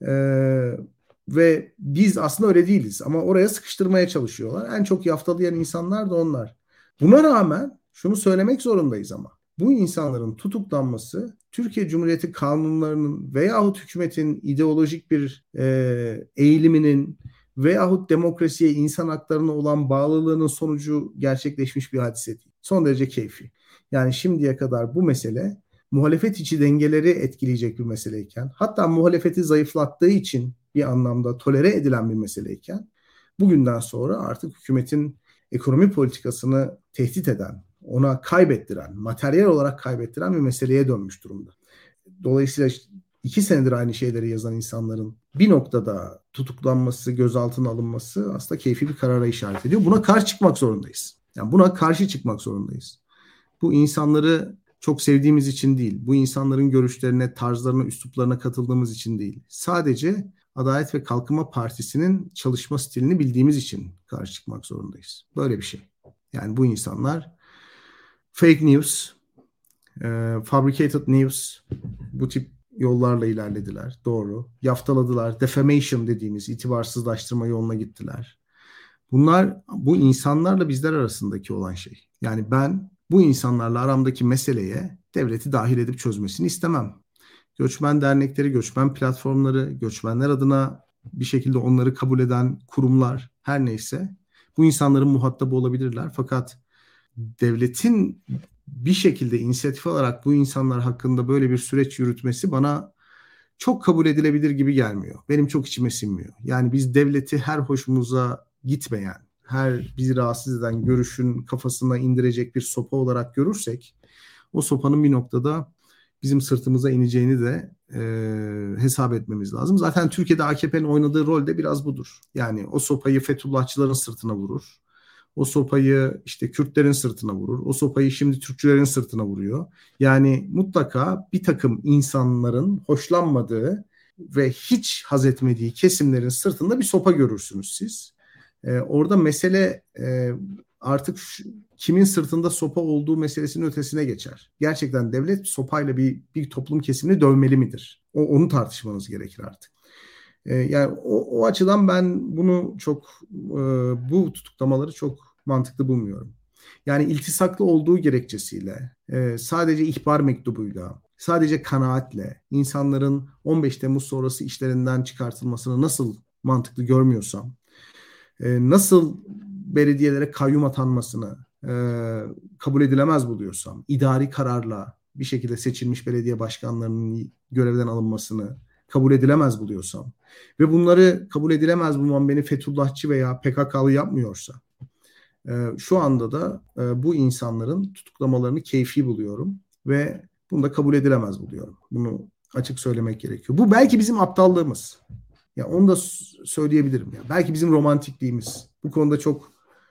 Ee, ve biz aslında öyle değiliz. Ama oraya sıkıştırmaya çalışıyorlar. En çok yaftalayan insanlar da onlar. Buna rağmen şunu söylemek zorundayız ama. Bu insanların tutuklanması Türkiye Cumhuriyeti kanunlarının veyahut hükümetin ideolojik bir e, eğiliminin veyahut demokrasiye, insan haklarına olan bağlılığının sonucu gerçekleşmiş bir hadise değil. Son derece keyfi. Yani şimdiye kadar bu mesele muhalefet içi dengeleri etkileyecek bir meseleyken, hatta muhalefeti zayıflattığı için bir anlamda tolere edilen bir meseleyken, bugünden sonra artık hükümetin ekonomi politikasını tehdit eden, ona kaybettiren, materyal olarak kaybettiren bir meseleye dönmüş durumda. Dolayısıyla iki senedir aynı şeyleri yazan insanların bir noktada tutuklanması, gözaltına alınması aslında keyfi bir karara işaret ediyor. Buna karşı çıkmak zorundayız. Yani buna karşı çıkmak zorundayız. Bu insanları çok sevdiğimiz için değil, bu insanların görüşlerine, tarzlarına, üsluplarına katıldığımız için değil. Sadece Adalet ve Kalkınma Partisi'nin çalışma stilini bildiğimiz için karşı çıkmak zorundayız. Böyle bir şey. Yani bu insanlar fake news, e, fabricated news, bu tip yollarla ilerlediler. Doğru. Yaftaladılar. Defamation dediğimiz itibarsızlaştırma yoluna gittiler. Bunlar bu insanlarla bizler arasındaki olan şey. Yani ben bu insanlarla aramdaki meseleye devleti dahil edip çözmesini istemem. Göçmen dernekleri, göçmen platformları, göçmenler adına bir şekilde onları kabul eden kurumlar her neyse bu insanların muhatabı olabilirler. Fakat devletin bir şekilde inisiyatif alarak bu insanlar hakkında böyle bir süreç yürütmesi bana çok kabul edilebilir gibi gelmiyor. Benim çok içime sinmiyor. Yani biz devleti her hoşumuza gitmeyen, her bizi rahatsız eden görüşün kafasına indirecek bir sopa olarak görürsek, o sopanın bir noktada bizim sırtımıza ineceğini de e, hesap etmemiz lazım. Zaten Türkiye'de A K P'nin oynadığı rol de biraz budur. Yani o sopayı Fethullahçıların sırtına vurur. O sopayı işte Kürtlerin sırtına vurur. O sopayı şimdi Türkçülerin sırtına vuruyor. Yani mutlaka bir takım insanların hoşlanmadığı ve hiç haz etmediği kesimlerin sırtında bir sopa görürsünüz siz. Ee, orada mesele e, artık şu, kimin sırtında sopa olduğu meselesinin ötesine geçer. Gerçekten devlet sopayla bir, bir toplum kesimini dövmeli midir? O, onu tartışmanız gerekir artık. Ee, yani o, o açıdan ben bunu çok e, bu tutuklamaları çok mantıklı bulmuyorum. Yani iltisaklı olduğu gerekçesiyle, e, sadece ihbar mektubuyla, sadece kanaatle insanların on beş Temmuz sonrası işlerinden çıkartılmasını nasıl mantıklı görmüyorsam, e, nasıl belediyelere kayyum atanmasını e, kabul edilemez buluyorsam, idari kararla bir şekilde seçilmiş belediye başkanlarının görevden alınmasını kabul edilemez buluyorsam ve bunları kabul edilemez bulmam beni Fethullahçı veya P K K'lı yapmıyorsa, e, şu anda da e, bu insanların tutuklamalarını keyfi buluyorum ve bunu da kabul edilemez buluyorum. Bunu açık söylemek gerekiyor. Bu belki bizim aptallığımız. Ya onu da söyleyebilirim ya. Belki bizim romantikliğimiz. Bu konuda çok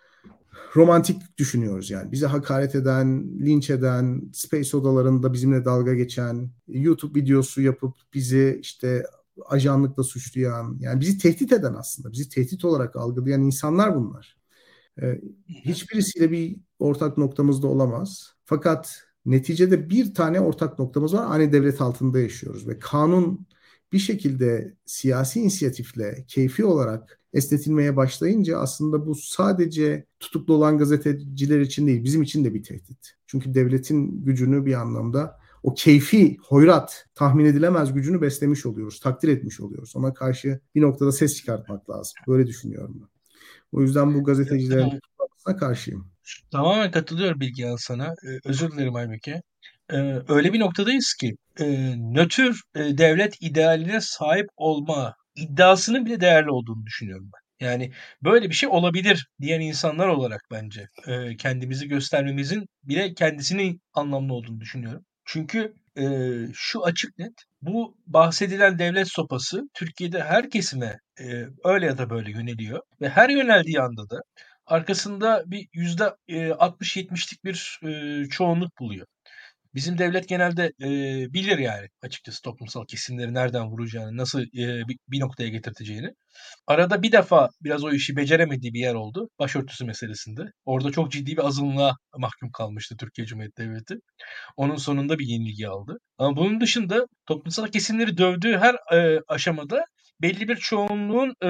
romantik düşünüyoruz yani. Bize hakaret eden, linç eden, space odalarında bizimle dalga geçen, YouTube videosu yapıp bizi işte ajanlıkla suçlayan, yani bizi tehdit eden aslında, bizi tehdit olarak algılayan insanlar bunlar. Ee, hiçbirisiyle bir ortak noktamız da olamaz. Fakat neticede bir tane ortak noktamız var. Aynı devlet altında yaşıyoruz ve kanun bir şekilde siyasi inisiyatifle keyfi olarak esnetilmeye başlayınca aslında bu sadece tutuklu olan gazeteciler için değil, bizim için de bir tehdit. Çünkü devletin gücünü bir anlamda o keyfi, hoyrat, tahmin edilemez gücünü beslemiş oluyoruz, takdir etmiş oluyoruz. Ona karşı bir noktada ses çıkartmak lazım. Böyle düşünüyorum ben. O yüzden bu gazetecilerin tutuklanmasına karşıyım. Tamamen katılıyorum Bilgehan sana. Ee, özür dilerim Aybüke. Ee, öyle bir noktadayız ki e, nötr e, devlet idealine sahip olma iddiasının bile değerli olduğunu düşünüyorum ben. Yani böyle bir şey olabilir diyen insanlar olarak bence e, kendimizi göstermemizin bile kendisinin anlamlı olduğunu düşünüyorum. Çünkü e, şu açık net, bu bahsedilen devlet sopası Türkiye'de her kesime e, öyle ya da böyle yöneliyor ve her yöneldiği anda da arkasında bir yüzde altmış yetmişlik bir e, çoğunluk buluyor. Bizim devlet genelde e, bilir yani açıkçası toplumsal kesimleri nereden vuracağını, nasıl e, bir, bir noktaya getirteceğini. Arada bir defa biraz o işi beceremediği bir yer oldu. Başörtüsü meselesinde. Orada çok ciddi bir azınlığa mahkum kalmıştı Türkiye Cumhuriyeti Devleti. Onun sonunda bir yenilgi aldı. Ama bunun dışında toplumsal kesimleri dövdüğü her e, aşamada belli bir çoğunluğun e,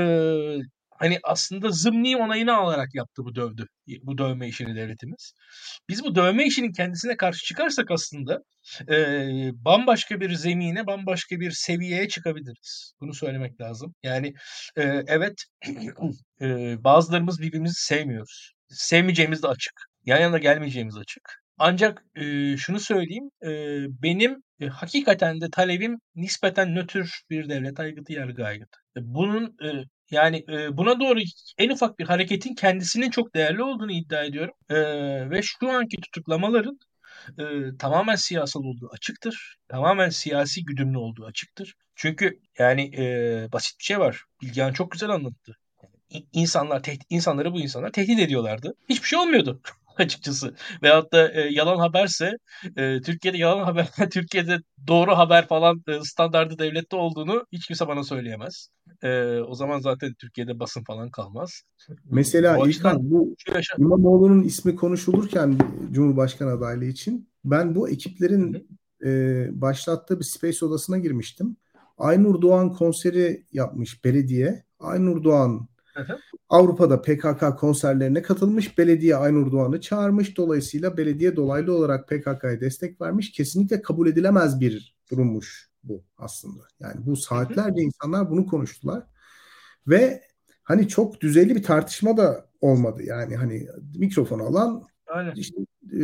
hani aslında zımni onayını alarak yaptı bu dövdü. Bu dövme işini devletimiz. Biz bu dövme işinin kendisine karşı çıkarsak aslında e, bambaşka bir zemine, bambaşka bir seviyeye çıkabiliriz. Bunu söylemek lazım. Yani e, evet e, bazılarımız birbirimizi sevmiyoruz. Sevmeyeceğimiz de açık. Yan yana gelmeyeceğimiz açık. Ancak e, şunu söyleyeyim, e, benim e, hakikaten de talebim nispeten nötr bir devlet aygıtı, yargı aygıtı. E, Bunun e, yani e, buna doğru en ufak bir hareketin kendisinin çok değerli olduğunu iddia ediyorum. E, ve şu anki tutuklamaların e, tamamen siyasal olduğu açıktır. Tamamen siyasi güdümlü olduğu açıktır. Çünkü yani e, basit bir şey var. Bilgehan çok güzel anlattı. İ- İnsanlar tehdit, insanları bu insanlar tehdit ediyorlardı. Hiçbir şey olmuyordu açıkçası. Veyahut da e, yalan haberse e, Türkiye'de yalan haber, Türkiye'de doğru haber falan e, standardı devlette olduğunu hiç kimse bana söyleyemez. E, o zaman zaten Türkiye'de basın falan kalmaz. Mesela O açıdan İlkan, bu şu yaşa... İmamoğlu'nun ismi konuşulurken Cumhurbaşkanı adaylığı için ben bu Hı hı, ekiplerin e, başlattığı bir Space odasına girmiştim. Aynur Doğan konseri yapmış belediye. Aynur Doğan hı hı, Avrupa'da P K K konserlerine katılmış. Belediye Aynur Doğan'ı çağırmış. Dolayısıyla belediye dolaylı olarak P K K'ya destek vermiş. Kesinlikle kabul edilemez bir durummuş bu aslında. Yani bu hı hı. saatlerce insanlar bunu konuştular. Ve hani çok düzeyli bir tartışma da olmadı. Yani hani mikrofonu alan Öyle. işte e,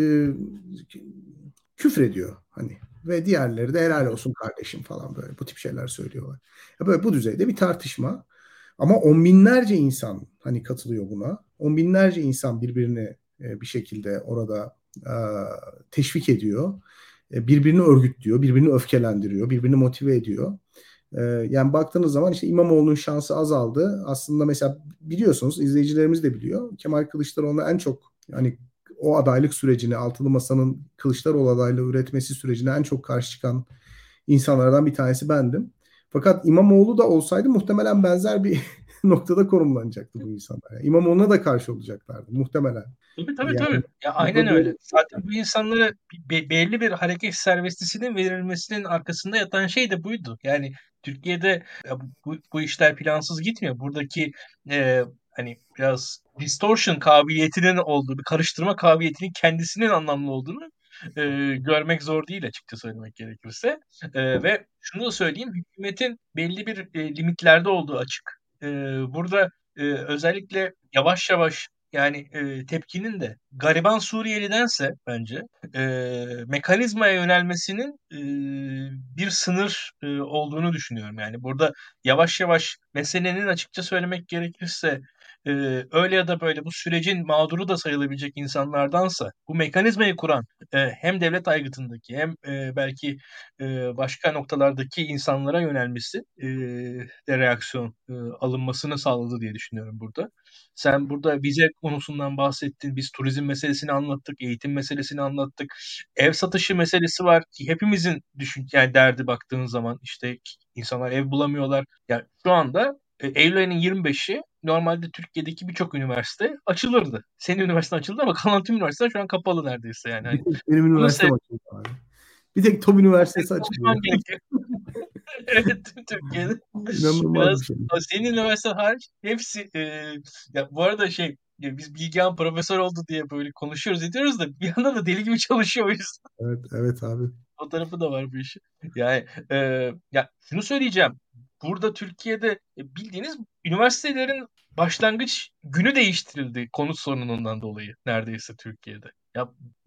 küfür ediyor hani ve diğerleri de Hı helal hı, olsun kardeşim falan böyle bu tip şeyler söylüyorlar. Ya böyle bu düzeyde bir tartışma ama on binlerce insan hani katılıyor buna. On binlerce insan birbirini e, bir şekilde orada e, teşvik ediyor. E, birbirini örgütlüyor, birbirini öfkelendiriyor, birbirini motive ediyor. Ee, yani baktığınız zaman işte İmamoğlu'nun şansı azaldı. Aslında mesela biliyorsunuz, izleyicilerimiz de biliyor. Kemal Kılıçdaroğlu en çok yani o adaylık sürecini, Altılı Masa'nın Kılıçdaroğlu adaylığı üretmesi sürecine en çok karşı çıkan insanlardan bir tanesi bendim. Fakat İmamoğlu da olsaydı muhtemelen benzer bir noktada konumlanacaktı bu insanlar. Yani İmamoğlu'na da karşı olacaklardı muhtemelen. Tabii tabii Yani tabii. Ya aynen burada öyle. böyle Zaten bu insanlara be- belli bir hareket serbestisinin verilmesinin arkasında yatan şey de buydu. Yani Türkiye'de ya bu, bu işler plansız gitmiyor. Buradaki e, hani biraz distortion kabiliyetinin olduğu, bir karıştırma kabiliyetinin kendisinin anlamlı olduğunu e, görmek zor değil açıkça söylemek gerekirse. E, ve şunu da söyleyeyim, hükümetin belli bir e, limitlerde olduğu açık. E, burada e, özellikle yavaş yavaş yani e, tepkinin de gariban Suriyeli'dense bence e, mekanizmaya yönelmesinin e, bir sınır e, olduğunu düşünüyorum. Yani burada yavaş yavaş meselenin açıkça söylemek gerekirse e, öyle ya da böyle bu sürecin mağduru da sayılabilecek insanlardansa bu mekanizmayı kuran e, hem devlet aygıtındaki hem e, belki e, başka noktalardaki insanlara yönelmesi e, de reaksiyon e, alınmasını sağladı diye düşünüyorum burada. Sen burada vize konusundan bahsettin. Biz turizm meselesini anlattık, eğitim meselesini anlattık. Ev satışı meselesi var ki hepimizin düşün yani derdi baktığın zaman işte insanlar ev bulamıyorlar. Yani şu anda e, Eylül ayının yirmi beşi normalde Türkiye'deki birçok üniversite açılırdı. Senin üniversiten açıldı ama kalan tüm üniversiteler şu an kapalı neredeyse yani. Hani bir tek benim bunun üniversitem sebebi açıldı abi. Bir tek TOB Üniversitesi açılıyor. çalışman gerekiyor. Evet, tüm Türkiye'de İnanılmaz bir biraz şey. senin üniversite hariç hepsi e, ya bu arada şey ya biz Bilgehan profesör oldu diye böyle konuşuyoruz ediyoruz da bir yandan da deli gibi çalışıyor o yüzden. Evet, evet abi. O tarafı da var bu işin. Yani e, ya şunu söyleyeceğim. Burada Türkiye'de e, bildiğiniz üniversitelerin başlangıç günü değiştirildi konut sorunundan dolayı neredeyse Türkiye'de. Ya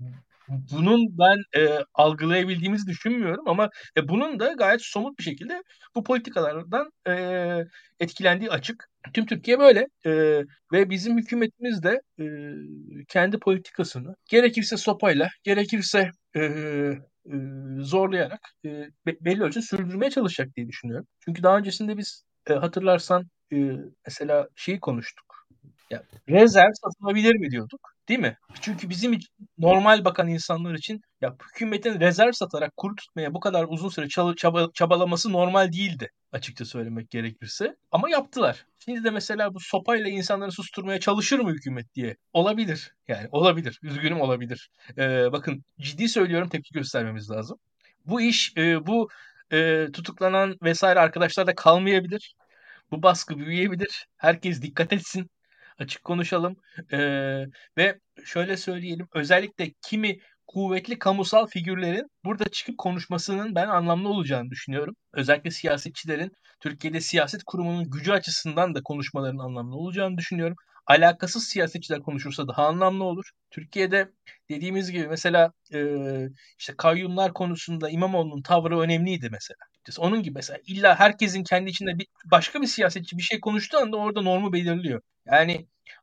bunun ben e, algılayabildiğimizi düşünmüyorum ama e, bunun da gayet somut bir şekilde bu politikalardan e, etkilendiği açık. Tüm Türkiye böyle e, ve bizim hükümetimiz de e, kendi politikasını gerekirse sopayla, gerekirse e, e, zorlayarak e, be- belli ölçüde sürdürmeye çalışacak diye düşünüyorum. Çünkü daha öncesinde biz e, hatırlarsan e, mesela şeyi konuştuk. Ya, rezerv satılabilir mi diyorduk, değil mi? Çünkü bizim için normal bakan insanlar için ya hükümetin rezerv satarak kuru tutmaya bu kadar uzun süre çaba- çaba- çabalaması normal değildi açıkça söylemek gerekirse. Ama yaptılar. Şimdi de mesela bu sopayla insanları susturmaya çalışır mı hükümet diye. Olabilir. Yani olabilir. Üzgünüm olabilir. Ee, bakın ciddi söylüyorum tepki göstermemiz lazım. Bu iş e, bu e, tutuklanan vesaire arkadaşlar da kalmayabilir. Bu baskı büyüyebilir. Herkes dikkat etsin. Açık konuşalım. Ee, ve şöyle söyleyelim. Özellikle kimi kuvvetli kamusal figürlerin burada çıkıp konuşmasının ben anlamlı olacağını düşünüyorum. Özellikle siyasetçilerin Türkiye'de siyaset kurumunun gücü açısından da konuşmaların anlamlı olacağını düşünüyorum. Alakasız siyasetçiler konuşursa daha anlamlı olur. Türkiye'de dediğimiz gibi mesela e, işte kayyumlar konusunda İmamoğlu'nun tavrı önemliydi mesela. Onun gibi mesela illa herkesin kendi içinde bir başka bir siyasetçi bir şey konuştuğu anda orada normu belirliyor. Yani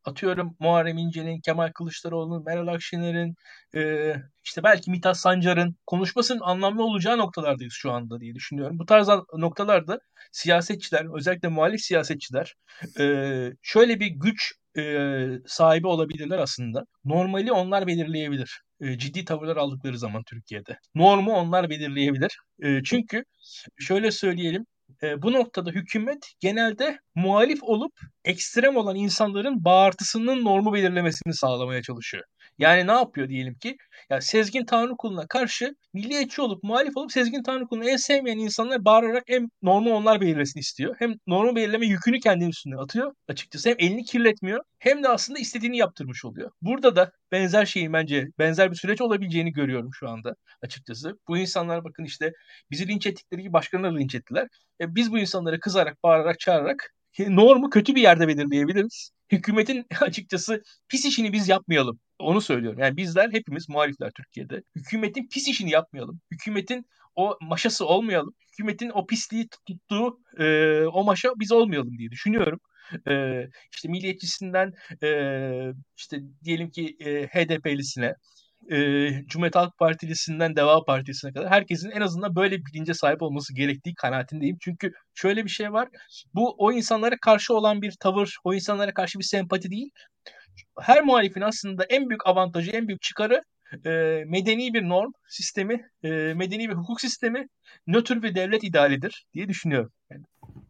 atıyorum Muharrem İnce'nin, Kemal Kılıçdaroğlu'nun, Meral Akşener'in, e, işte belki Mithat Sancar'ın konuşmasının anlamlı olacağı noktalardayız şu anda diye düşünüyorum. Bu tarz an- noktalarda siyasetçiler, özellikle muhalif siyasetçiler e, şöyle bir güç e, sahibi olabilirler aslında. Normali onlar belirleyebilir. E, ciddi tavırlar aldıkları zaman Türkiye'de. Normu onlar belirleyebilir. E, çünkü şöyle söyleyelim, e, bu noktada hükümet genelde muhalif olup ekstrem olan insanların bağırtısının normu belirlemesini sağlamaya çalışıyor. Yani ne yapıyor diyelim ki? Ya Sezgin Tanrıkulu'na karşı milliyetçi olup muhalif olup Sezgin Tanrıkulu'nu en sevmeyen insanlar bağırarak hem normu onlar belirlesin istiyor. Hem normu belirleme yükünü kendinin üstüne atıyor açıkçası. Hem elini kirletmiyor hem de aslında istediğini yaptırmış oluyor. Burada da benzer şeyin bence benzer bir süreç olabileceğini görüyorum şu anda açıkçası. Bu insanlar bakın işte bizi linç ettikleri gibi başkalarını da linç ettiler. E, biz bu insanlara kızarak, bağırarak, çağırarak e, normu kötü bir yerde belirleyebiliriz. Hükümetin açıkçası pis işini biz yapmayalım. Onu söylüyorum. Yani bizler hepimiz muhalifler Türkiye'de. Hükümetin pis işini yapmayalım. Hükümetin o maşası olmayalım. Hükümetin o pisliği tuttuğu e, o maşa biz olmayalım diye düşünüyorum. E, işte milliyetçisinden e, işte diyelim ki e, H D P'lisine, e, Cumhuriyet Halk Partilisinden Deva Partisi'ne kadar herkesin en azından böyle bir bilince sahip olması gerektiği kanaatindeyim. Çünkü şöyle bir şey var. Bu o insanlara karşı olan bir tavır, o insanlara karşı bir sempati değil. Her muhalifin aslında en büyük avantajı, en büyük çıkarı e, medeni bir norm sistemi, e, medeni bir hukuk sistemi, nötr bir devlet idealidir diye düşünüyorum. Yani.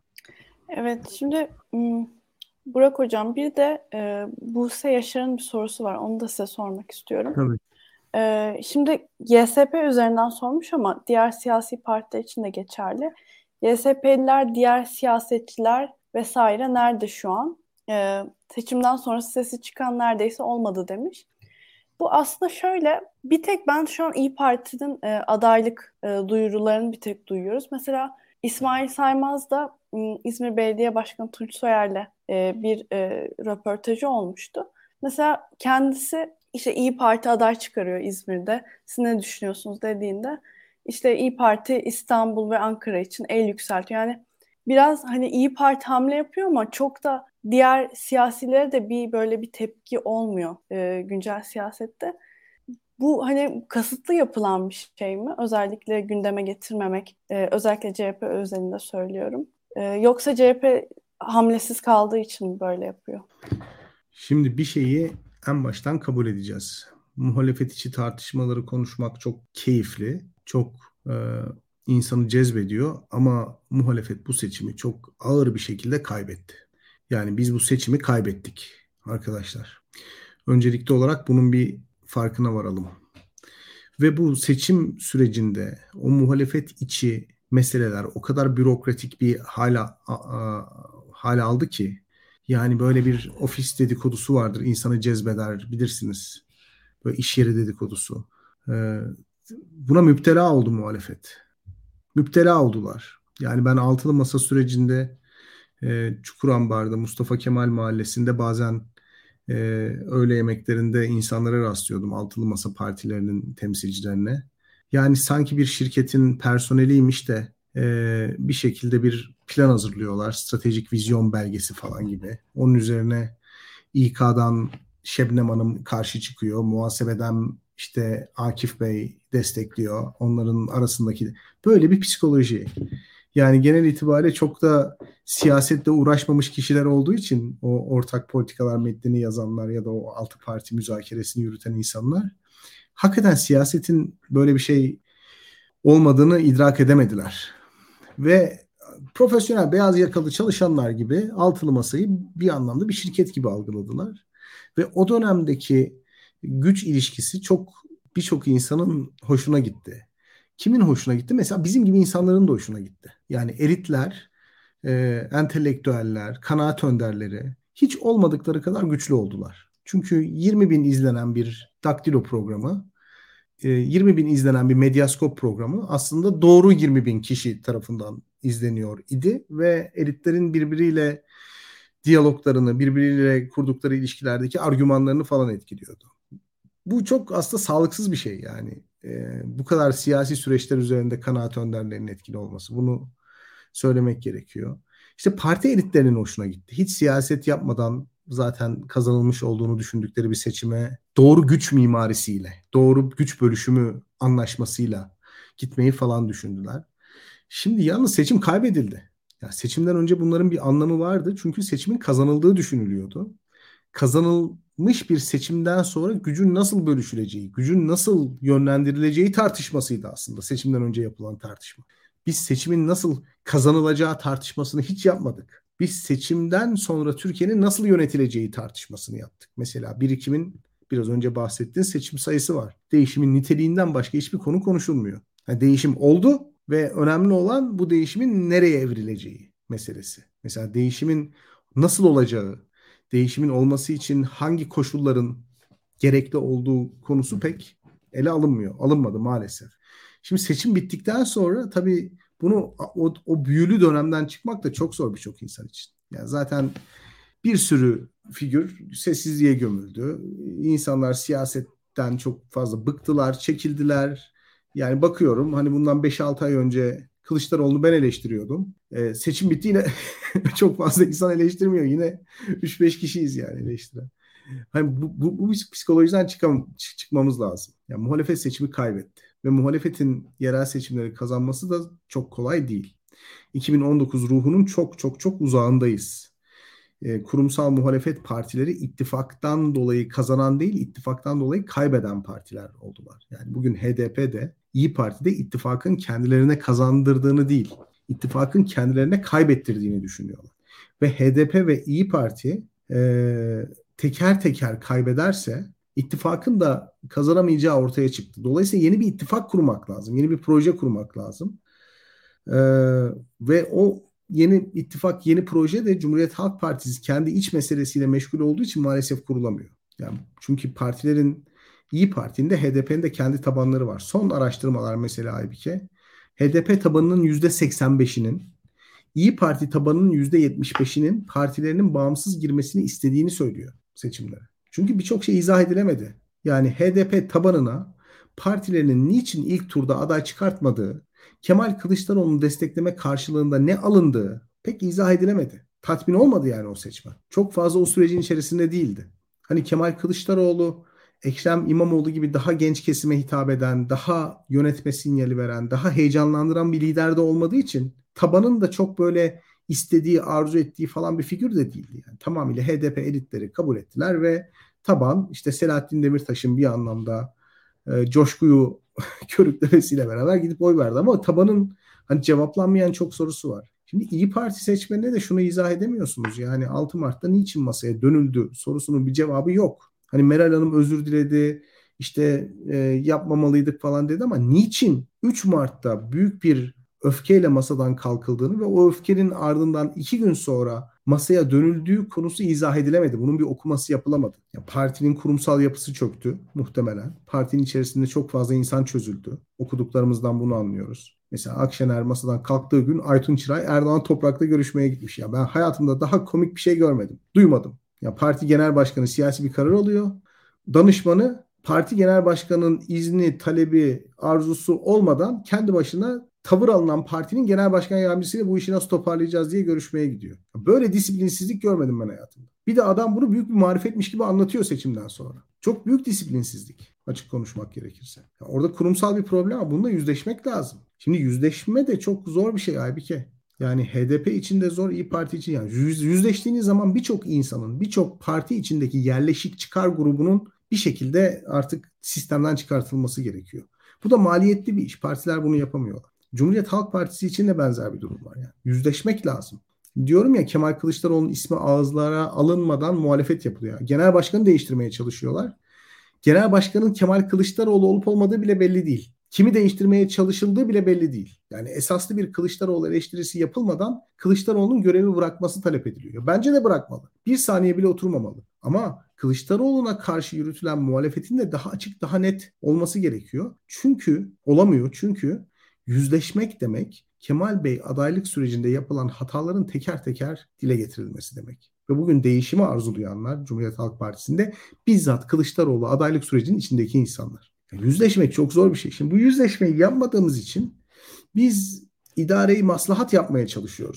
Evet, şimdi m, Burak Hocam bir de e, Buse Yaşar'ın bir sorusu var. Onu da size sormak istiyorum. Tabii. E, şimdi Y S P üzerinden sormuş ama diğer siyasi partiler için de geçerli. Y S P'liler, diğer siyasetçiler vesaire nerede şu an? E, seçimden sonra sesi çıkan neredeyse olmadı demiş. Bu aslında şöyle, bir tek ben şu an İYİ Parti'nin e, adaylık e, duyurularını bir tek duyuyoruz. Mesela İsmail Saymaz da m, İzmir Belediye Başkanı Tunç Soyer'le e, bir e, röportajı olmuştu. Mesela kendisi işte İYİ Parti aday çıkarıyor İzmir'de. Siz ne düşünüyorsunuz dediğinde işte İYİ Parti İstanbul ve Ankara için el yükseltiyor. Yani biraz hani İYİ Parti hamle yapıyor ama çok da diğer siyasilere de bir böyle bir tepki olmuyor e, güncel siyasette. Bu hani kasıtlı yapılan bir şey mi? Özellikle gündeme getirmemek, e, özellikle C H P özelinde söylüyorum. E, yoksa C H P hamlesiz kaldığı için mi böyle yapıyor? Şimdi bir şeyi en baştan kabul edeceğiz. Muhalefet içi tartışmaları konuşmak çok keyifli, çok e, insanı cezbediyor ama muhalefet bu seçimi çok ağır bir şekilde kaybetti. Yani biz bu seçimi kaybettik arkadaşlar. Öncelikli olarak bunun bir farkına varalım. Ve bu seçim sürecinde o muhalefet içi meseleler o kadar bürokratik bir hala hale aldı ki yani böyle bir ofis dedikodusu vardır, insanı cezbeder bilirsiniz. Böyle iş yeri dedikodusu. Ee, buna müptela oldu muhalefet. Müptela oldular. Yani ben altılı masa sürecinde e, Çukurambar'da Mustafa Kemal Mahallesi'nde bazen e, öğle yemeklerinde insanlara rastlıyordum. Altılı masa partilerinin temsilcilerine. Yani sanki bir şirketin personeliymiş de e, bir şekilde bir plan hazırlıyorlar. Stratejik vizyon belgesi falan gibi. Onun üzerine İK'dan Şebnem Hanım karşı çıkıyor. Muhasebeden işte Akif Bey destekliyor. Onların arasındaki böyle bir psikoloji. Yani genel itibariyle çok da siyasetle uğraşmamış kişiler olduğu için o ortak politikalar metnini yazanlar ya da o altı parti müzakeresini yürüten insanlar hakikaten siyasetin böyle bir şey olmadığını idrak edemediler. Ve profesyonel beyaz yakalı çalışanlar gibi altılı masayı bir anlamda bir şirket gibi algıladılar. Ve o dönemdeki güç ilişkisi çok birçok insanın hoşuna gitti. Kimin hoşuna gitti? Mesela bizim gibi insanların da hoşuna gitti. Yani elitler, e, entelektüeller, kanaat önderleri hiç olmadıkları kadar güçlü oldular. Çünkü yirmi bin izlenen bir daktilo programı, e, yirmi bin izlenen bir medyaskop programı aslında doğru yirmi bin kişi tarafından izleniyor idi ve elitlerin birbiriyle diyaloglarını, birbiriyle kurdukları ilişkilerdeki argümanlarını falan etkiliyordu. Bu çok aslında sağlıksız bir şey yani. Ee, bu kadar siyasi süreçler üzerinde kanaat önderlerinin etkili olması. Bunu söylemek gerekiyor. İşte parti elitlerinin hoşuna gitti. Hiç siyaset yapmadan zaten kazanılmış olduğunu düşündükleri bir seçime doğru güç mimarisiyle, doğru güç bölüşümü anlaşmasıyla gitmeyi falan düşündüler. Şimdi yalnız seçim kaybedildi. Ya seçimden önce bunların bir anlamı vardı. Çünkü seçimin kazanıldığı düşünülüyordu. Kazanılmış bir seçimden sonra gücün nasıl bölüşüleceği, gücün nasıl yönlendirileceği tartışmasıydı aslında seçimden önce yapılan tartışma. Biz seçimin nasıl kazanılacağı tartışmasını hiç yapmadık. Biz seçimden sonra Türkiye'nin nasıl yönetileceği tartışmasını yaptık. Mesela birikimin biraz önce bahsettiğin seçim sayısı var. Değişimin niteliğinden başka hiçbir konu konuşulmuyor. Yani değişim oldu ve önemli olan bu değişimin nereye evrileceği meselesi. Mesela değişimin nasıl olacağı, değişimin olması için hangi koşulların gerekli olduğu konusu pek ele alınmıyor. Alınmadı maalesef. Şimdi seçim bittikten sonra tabii bunu o, o büyülü dönemden çıkmak da çok zor birçok insan için. Yani zaten bir sürü figür sessizliğe gömüldü. İnsanlar siyasetten çok fazla bıktılar, çekildiler. Yani bakıyorum hani bundan beş altı ay önce Kılıçdaroğlu'nu ben eleştiriyordum. Ee, seçim bitti yine çok fazla insan eleştirmiyor. Yine üç beş kişiyiz yani eleştiren. Hani bu, bu, bu psikolojiden çıkam, çık, çıkmamız lazım. Yani muhalefet seçimi kaybetti. Ve muhalefetin yerel seçimleri kazanması da çok kolay değil. iki bin on dokuz ruhunun çok çok çok uzağındayız. E, kurumsal muhalefet partileri ittifaktan dolayı kazanan değil, ittifaktan dolayı kaybeden partiler oldular. Yani bugün H D P'de, İyi Parti'de ittifakın kendilerine kazandırdığını değil, ittifakın kendilerine kaybettirdiğini düşünüyorlar. Ve H D P ve İyi Parti e, teker teker kaybederse ittifakın da kazanamayacağı ortaya çıktı. Dolayısıyla yeni bir ittifak kurmak lazım, yeni bir proje kurmak lazım. E, ve o yeni ittifak, yeni proje de Cumhuriyet Halk Partisi kendi iç meselesiyle meşgul olduğu için maalesef kurulamıyor. Yani çünkü partilerin, İyi Parti'nin de H D P'nin de kendi tabanları var. Son araştırmalar mesela Aybike, H D P tabanının yüzde seksen beşinin, İyi Parti tabanının yüzde yetmiş beşinin partilerinin bağımsız girmesini istediğini söylüyor seçimlere. Çünkü birçok şey izah edilemedi. Yani H D P tabanına partilerinin niçin ilk turda aday çıkartmadığı, Kemal Kılıçdaroğlu'nu destekleme karşılığında ne alındığı pek izah edilemedi. Tatmin olmadı yani o seçmen. Çok fazla o sürecin içerisinde değildi. Hani Kemal Kılıçdaroğlu, Ekrem İmamoğlu gibi daha genç kesime hitap eden, daha yönetme sinyali veren, daha heyecanlandıran bir lider de olmadığı için tabanın da çok böyle istediği, arzu ettiği falan bir figür de değildi. Yani tamamıyla H D P elitleri kabul ettiler ve taban işte Selahattin Demirtaş'ın bir anlamda e, coşkuyu körüklemesiyle beraber gidip oy verdi. Ama tabanın hani cevaplanmayan çok sorusu var. Şimdi İyi Parti seçmenine de şunu izah edemiyorsunuz. Yani altı Mart'ta niçin masaya dönüldü sorusunun bir cevabı yok. Hani Meral Hanım özür diledi, işte e, yapmamalıydık falan dedi ama niçin üç Mart'ta büyük bir öfkeyle masadan kalkıldığını ve o öfkenin ardından iki gün sonra masaya dönüldüğü konusu izah edilemedi. Bunun bir okuması yapılamadı. Ya partinin kurumsal yapısı çöktü muhtemelen. Partinin içerisinde çok fazla insan çözüldü. Okuduklarımızdan bunu anlıyoruz. Mesela Akşener masadan kalktığı gün Aytun Çıray Erdoğan Toprak'ta görüşmeye gitmiş. Ya ben hayatımda daha komik bir şey görmedim. Duymadım. Ya parti genel başkanı siyasi bir karar alıyor. Danışmanı parti genel başkanının izni, talebi, arzusu olmadan kendi başına tavır alınan partinin genel başkan yardımcısıyla bu işi nasıl toparlayacağız diye görüşmeye gidiyor. Böyle disiplinsizlik görmedim ben hayatımda. Bir de adam bunu büyük bir marifetmiş gibi anlatıyor seçimden sonra. Çok büyük disiplinsizlik, açık konuşmak gerekirse. Yani orada kurumsal bir problem var. Bununla yüzleşmek lazım. Şimdi yüzleşme de çok zor bir şey Aybike. Yani H D P için de zor, İyi Parti için. Yani yüz, yüzleştiğiniz zaman birçok insanın, birçok parti içindeki yerleşik çıkar grubunun bir şekilde artık sistemden çıkartılması gerekiyor. Bu da maliyetli bir iş. Partiler bunu yapamıyorlar. Cumhuriyet Halk Partisi için de benzer bir durum var yani. Yüzleşmek lazım. Diyorum ya Kemal Kılıçdaroğlu'nun ismi ağızlara alınmadan muhalefet yapılıyor. Genel başkanı değiştirmeye çalışıyorlar. Genel başkanın Kemal Kılıçdaroğlu olup olmadığı bile belli değil. Kimi değiştirmeye çalışıldığı bile belli değil. Yani esaslı bir Kılıçdaroğlu eleştirisi yapılmadan Kılıçdaroğlu'nun görevi bırakması talep ediliyor. Bence de bırakmalı. Bir saniye bile oturmamalı. Ama Kılıçdaroğlu'na karşı yürütülen muhalefetin de daha açık, daha net olması gerekiyor. Çünkü olamıyor. Çünkü yüzleşmek demek Kemal Bey adaylık sürecinde yapılan hataların teker teker dile getirilmesi demek. Ve bugün değişimi arzulayanlar Cumhuriyet Halk Partisi'nde bizzat Kılıçdaroğlu adaylık sürecinin içindeki insanlar. Yani yüzleşmek çok zor bir şey. Şimdi bu yüzleşmeyi yapmadığımız için biz idareyi maslahat yapmaya çalışıyoruz.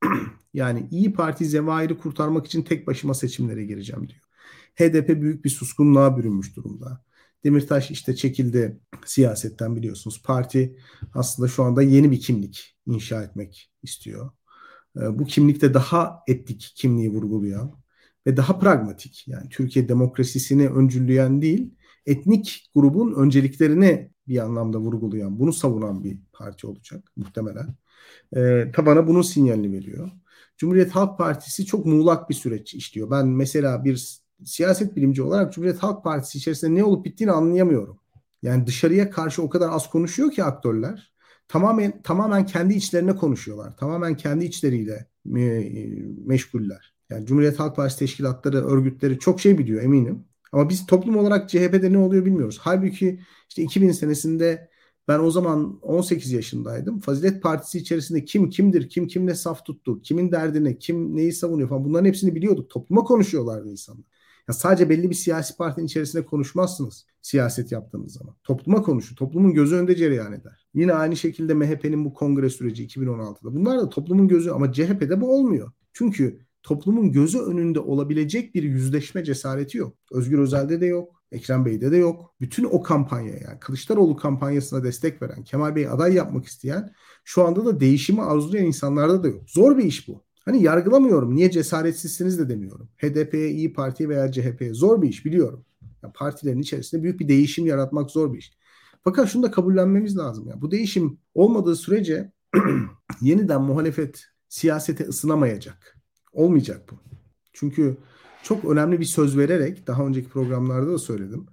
Yani İyi Parti Zevair'i kurtarmak için tek başıma seçimlere gireceğim diyor. H D P büyük bir suskunluğa bürünmüş durumda. Demirtaş işte çekildi siyasetten, biliyorsunuz. Parti aslında şu anda yeni bir kimlik inşa etmek istiyor. Ee, Bu kimlikte daha etnik kimliği vurgulayan ve daha pragmatik, yani Türkiye demokrasisini öncülleyen değil, etnik grubun önceliklerini bir anlamda vurgulayan, bunu savunan bir parti olacak muhtemelen. Ee, tabana bunun sinyalini veriyor. Cumhuriyet Halk Partisi çok muğlak bir süreç işliyor. Ben mesela bir siyaset bilimci olarak Cumhuriyet Halk Partisi içerisinde ne olup bittiğini anlayamıyorum. Yani dışarıya karşı o kadar az konuşuyor ki aktörler. Tamamen tamamen kendi içlerine konuşuyorlar. Tamamen kendi içleriyle e, meşguller. Yani Cumhuriyet Halk Partisi teşkilatları, örgütleri çok şey biliyor eminim. Ama biz toplum olarak C H P'de ne oluyor bilmiyoruz. Halbuki işte iki bin senesinde ben o zaman on sekiz yaşındaydım. Fazilet Partisi içerisinde kim kimdir, kim kimle saf tuttu, kimin derdine, kim neyi savunuyor falan, bunların hepsini biliyorduk. Topluma konuşuyorlardı insanlar. Ya sadece belli bir siyasi partinin içerisinde konuşmazsınız siyaset yaptığınız zaman. Topluma konuşun. Toplumun gözü önünde cereyan eder. Yine aynı şekilde M H P'nin bu kongre süreci iki bin on altıda. Bunlar da toplumun gözü, ama C H P'de bu olmuyor. Çünkü toplumun gözü önünde olabilecek bir yüzleşme cesareti yok. Özgür Özel'de de yok. Ekrem Bey'de de yok. Bütün o kampanyaya, yani Kılıçdaroğlu kampanyasına destek veren, Kemal Bey aday yapmak isteyen, şu anda da değişimi arzulayan insanlarda da yok. Zor bir iş bu. Hani yargılamıyorum. Niye cesaretsizsiniz de demiyorum. H D P'ye, İyi Parti'ye veya C H P'ye zor bir iş biliyorum. Yani partilerin içerisinde büyük bir değişim yaratmak zor bir iş. Fakat şunu da kabullenmemiz lazım. Yani bu değişim olmadığı sürece yeniden muhalefet siyasete ısınamayacak. Olmayacak bu. Çünkü çok önemli bir söz vererek, daha önceki programlarda da söyledim,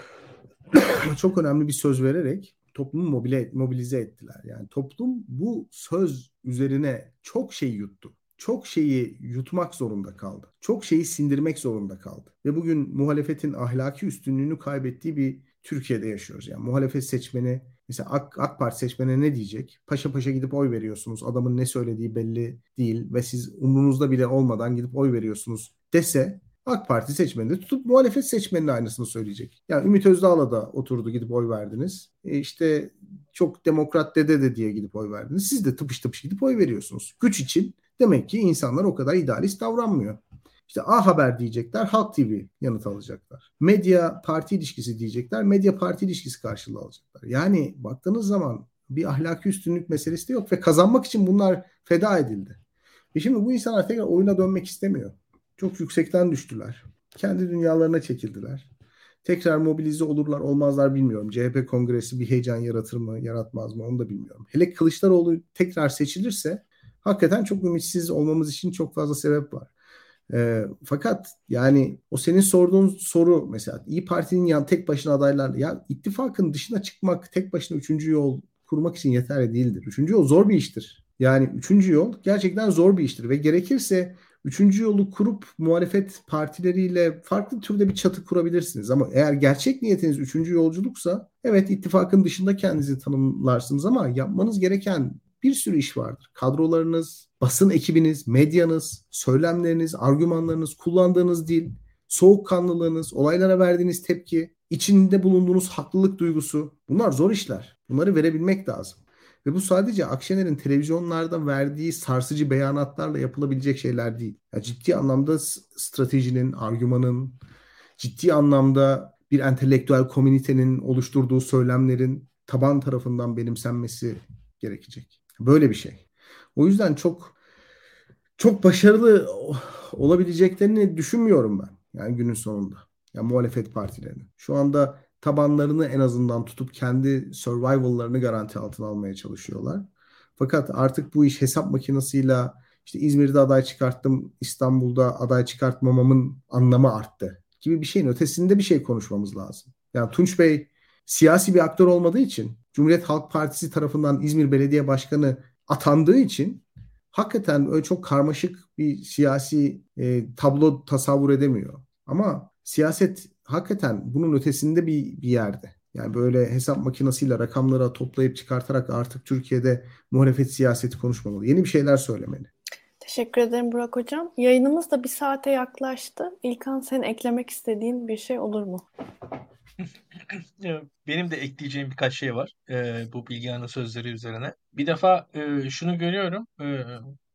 çok önemli bir söz vererek toplumu mobile, mobilize ettiler. Yani toplum bu söz üzerine çok şey yuttu. Çok şeyi yutmak zorunda kaldı. Çok şeyi sindirmek zorunda kaldı. Ve bugün muhalefetin ahlaki üstünlüğünü kaybettiği bir Türkiye'de yaşıyoruz. Yani muhalefet seçmeni, mesela AK, AK Parti seçmeni ne diyecek? Paşa paşa gidip oy veriyorsunuz. Adamın ne söylediği belli değil ve siz umrunuzda bile olmadan gidip oy veriyorsunuz dese, AK Parti seçmeni de tutup muhalefet seçmeninin aynısını söyleyecek. Yani Ümit Özdağ'la da oturdu, gidip oy verdiniz. E işte çok demokrat dede de diye gidip oy verdiniz. Siz de tıpış tıpış gidip oy veriyorsunuz. Güç için demek ki insanlar o kadar idealist davranmıyor. İşte A Haber diyecekler, Halk T V yanıt alacaklar. Medya parti ilişkisi diyecekler, medya parti ilişkisi karşılığı alacaklar. Yani baktığınız zaman bir ahlaki üstünlük meselesi de yok ve kazanmak için bunlar feda edildi. E şimdi bu insanlar tekrar oyuna dönmek istemiyor. Çok yüksekten düştüler. Kendi dünyalarına çekildiler. Tekrar mobilize olurlar olmazlar bilmiyorum. C H P kongresi bir heyecan yaratır mı yaratmaz mı onu da bilmiyorum. Hele Kılıçdaroğlu tekrar seçilirse hakikaten çok ümitsiz olmamız için çok fazla sebep var. E, fakat yani o senin sorduğun soru, mesela İyi Parti'nin yan tek başına adaylarla, ya ittifakın dışına çıkmak tek başına üçüncü yol kurmak için yeterli değildir. Üçüncü yol zor bir iştir. Yani üçüncü yol gerçekten zor bir iştir ve gerekirse üçüncü yolu kurup muhalefet partileriyle farklı türde bir çatı kurabilirsiniz. Ama eğer gerçek niyetiniz üçüncü yolculuksa, evet, ittifakın dışında kendinizi tanımlarsınız ama yapmanız gereken bir sürü iş vardır. Kadrolarınız, basın ekibiniz, medyanız, söylemleriniz, argümanlarınız, kullandığınız dil, soğukkanlılığınız, olaylara verdiğiniz tepki, içinde bulunduğunuz haklılık duygusu, bunlar zor işler. Bunları verebilmek lazım. Ve bu sadece Akşener'in televizyonlarda verdiği sarsıcı beyanatlarla yapılabilecek şeyler değil. Yani ciddi anlamda stratejinin, argümanın, ciddi anlamda bir entelektüel komünitenin oluşturduğu söylemlerin taban tarafından benimsenmesi gerekecek. Böyle bir şey. O yüzden çok çok başarılı olabileceklerini düşünmüyorum ben. Yani günün sonunda. Yani muhalefet partilerinin. Şu anda tabanlarını en azından tutup kendi survival'larını garanti altına almaya çalışıyorlar. Fakat artık bu iş hesap makinesiyle, işte İzmir'de aday çıkarttım, İstanbul'da aday çıkartmamamın anlamı arttı gibi bir şeyin ötesinde bir şey konuşmamız lazım. Yani Tunç Bey siyasi bir aktör olmadığı için, Cumhuriyet Halk Partisi tarafından İzmir Belediye Başkanı atandığı için hakikaten öyle çok karmaşık bir siyasi e, tablo tasavvur edemiyor. Ama siyaset hakikaten bunun ötesinde bir, bir yerde. Yani böyle hesap makinesiyle rakamları toplayıp çıkartarak artık Türkiye'de muhalefet siyaseti konuşmamalı. Yeni bir şeyler söylemeli. Teşekkür ederim Burak Hocam. Yayınımız da bir saate yaklaştı. İlkan, senin eklemek istediğin bir şey olur mu? Benim de ekleyeceğim birkaç şey var e, bu Bilgehan'ın sözleri üzerine. Bir defa e, şunu görüyorum. E,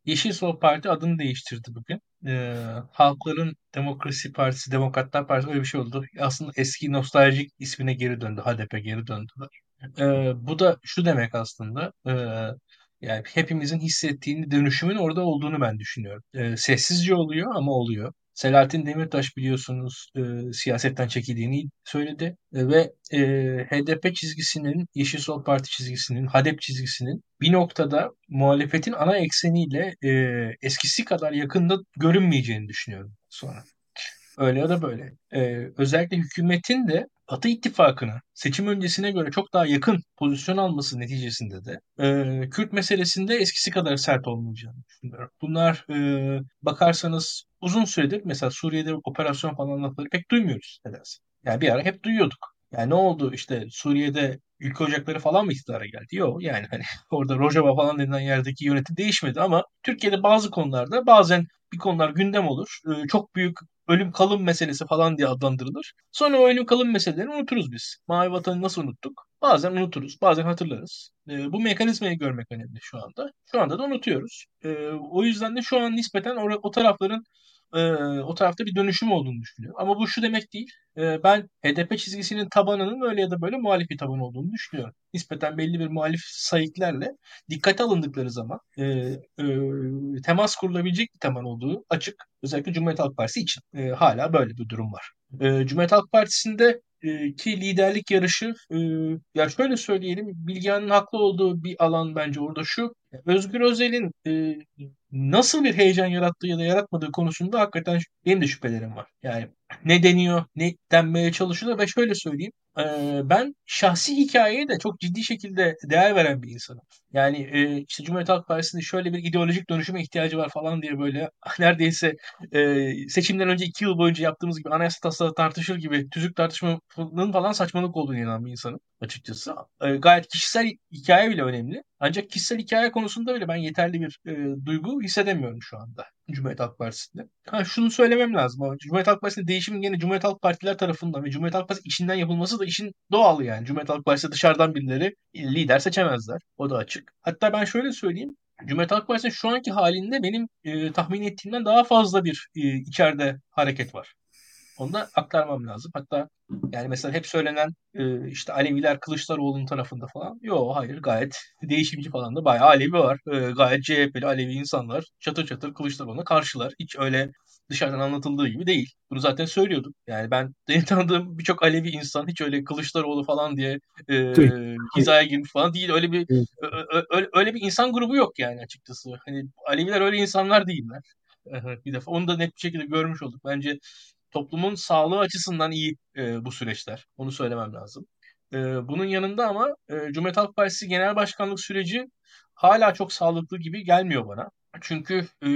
Yeşil Sol Parti adını değiştirdi bugün. Ee, Halkların Demokrasi Partisi, Demokratlar Partisi öyle bir şey oldu. Aslında eski nostaljik ismine geri döndü. H D P geri döndüler. Ee, bu da şu demek aslında. E, yani hepimizin hissettiğini, dönüşümün orada olduğunu ben düşünüyorum. Ee, sessizce oluyor ama oluyor. Selahattin Demirtaş biliyorsunuz e, siyasetten çekildiğini söyledi. E, ve e, H D P çizgisinin, Yeşil Sol Parti çizgisinin, H A D E P çizgisinin bir noktada muhalefetin ana ekseniyle e, eskisi kadar yakında görünmeyeceğini düşünüyorum sonra. Öyle ya da böyle. Ee, özellikle hükümetin de Batı ittifakına seçim öncesine göre çok daha yakın pozisyon alması neticesinde de e, Kürt meselesinde eskisi kadar sert olmayacağını düşünüyorum. Bunlar e, bakarsanız uzun süredir mesela Suriye'de operasyon falan lafları pek duymuyoruz nedense. Yani bir ara hep duyuyorduk. Yani ne oldu işte Suriye'de ülke ocakları falan mı iktidara geldi? Yok yani hani orada Rojava falan denilen yerdeki yönetim değişmedi ama Türkiye'de bazı konularda bazen bir konular gündem olur. Ee, çok büyük ölüm kalım meselesi falan diye adlandırılır. Sonra o ölüm kalım meselelerini unuturuz biz. Mavi Vatan'ı nasıl unuttuk? Bazen unuturuz, bazen hatırlarız. Ee, bu mekanizmayı görmek önemli şu anda. Şu anda da unutuyoruz. Ee, o yüzden de şu an nispeten o, o tarafların e, o tarafta bir dönüşüm olduğunu düşünüyorum. Ama bu şu demek değil. Ee, ben H D P çizgisinin tabanının öyle ya da böyle muhalif bir taban olduğunu düşünüyorum. Nispeten belli bir muhalif sayıklarla dikkate alındıkları zaman e, e, temas kurulabilecek bir taban olduğu açık. Özellikle Cumhuriyet Halk Partisi için e, hala böyle bir durum var. E, Cumhuriyet Halk Partisi'nde e, ki liderlik yarışı e, ya şöyle söyleyelim Bilgehan'ın haklı olduğu bir alan bence orada şu. Özgür Özel'in e, nasıl bir heyecan yarattığı ya da yaratmadığı konusunda hakikaten benim de şüphelerim var. Yani ne deniyor, ne denmeye çalışılıyor ve şöyle söyleyeyim. e, ben şahsi hikayeye de çok ciddi şekilde değer veren bir insanım. Yani e, işte Cumhuriyet Halk Partisi'nin şöyle bir ideolojik dönüşüme ihtiyacı var falan diye böyle neredeyse e, seçimden önce iki yıl boyunca yaptığımız gibi anayasa taslağı tartışır gibi tüzük tartışmanın falan saçmalık olduğunu inanan bir insanım açıkçası. E, gayet kişisel hikaye bile önemli. Ancak kişisel hikaye konusunda bile ben yeterli bir e, duygu hissedemiyorum şu anda Cumhuriyet Halk Partisi'nde. Ha, şunu söylemem lazım ama Cumhuriyet Halk Partisi'nde değişimin gene Cumhuriyet Halk Partiler tarafından ve Cumhuriyet Halk Partisi içinden yapılması da işin doğalı yani. Cumhuriyet Halk Partisi dışarıdan birileri lider seçemezler. O da açık. Hatta ben şöyle söyleyeyim. Cumhuriyet Halk Partisi'nin şu anki halinde benim e, tahmin ettiğimden daha fazla bir e, içeride hareket var. Onu da aktarmam lazım. Hatta yani mesela hep söylenen e, işte Aleviler Kılıçdaroğlu'nun tarafında falan. Yok hayır gayet değişimci falan da bayağı Alevi var. E, gayet C H P'li Alevi insanlar çatır çatır Kılıçdaroğlu'na karşılar. Hiç öyle dışarıdan anlatıldığı gibi değil. Bunu zaten söylüyordum. Yani ben benim tanıdığım birçok Alevi insan hiç öyle Kılıçdaroğlu falan diye e, hizaya girmiş falan değil. Öyle bir ö- ö- ö- öyle bir insan grubu yok yani açıkçası. Hani Aleviler öyle insanlar değiller. Bir defa onu da net bir şekilde görmüş olduk. Bence toplumun sağlığı açısından iyi e, bu süreçler. Onu söylemem lazım. E, bunun yanında ama e, Cumhuriyet Halk Partisi Genel Başkanlık süreci hala çok sağlıklı gibi gelmiyor bana. Çünkü e,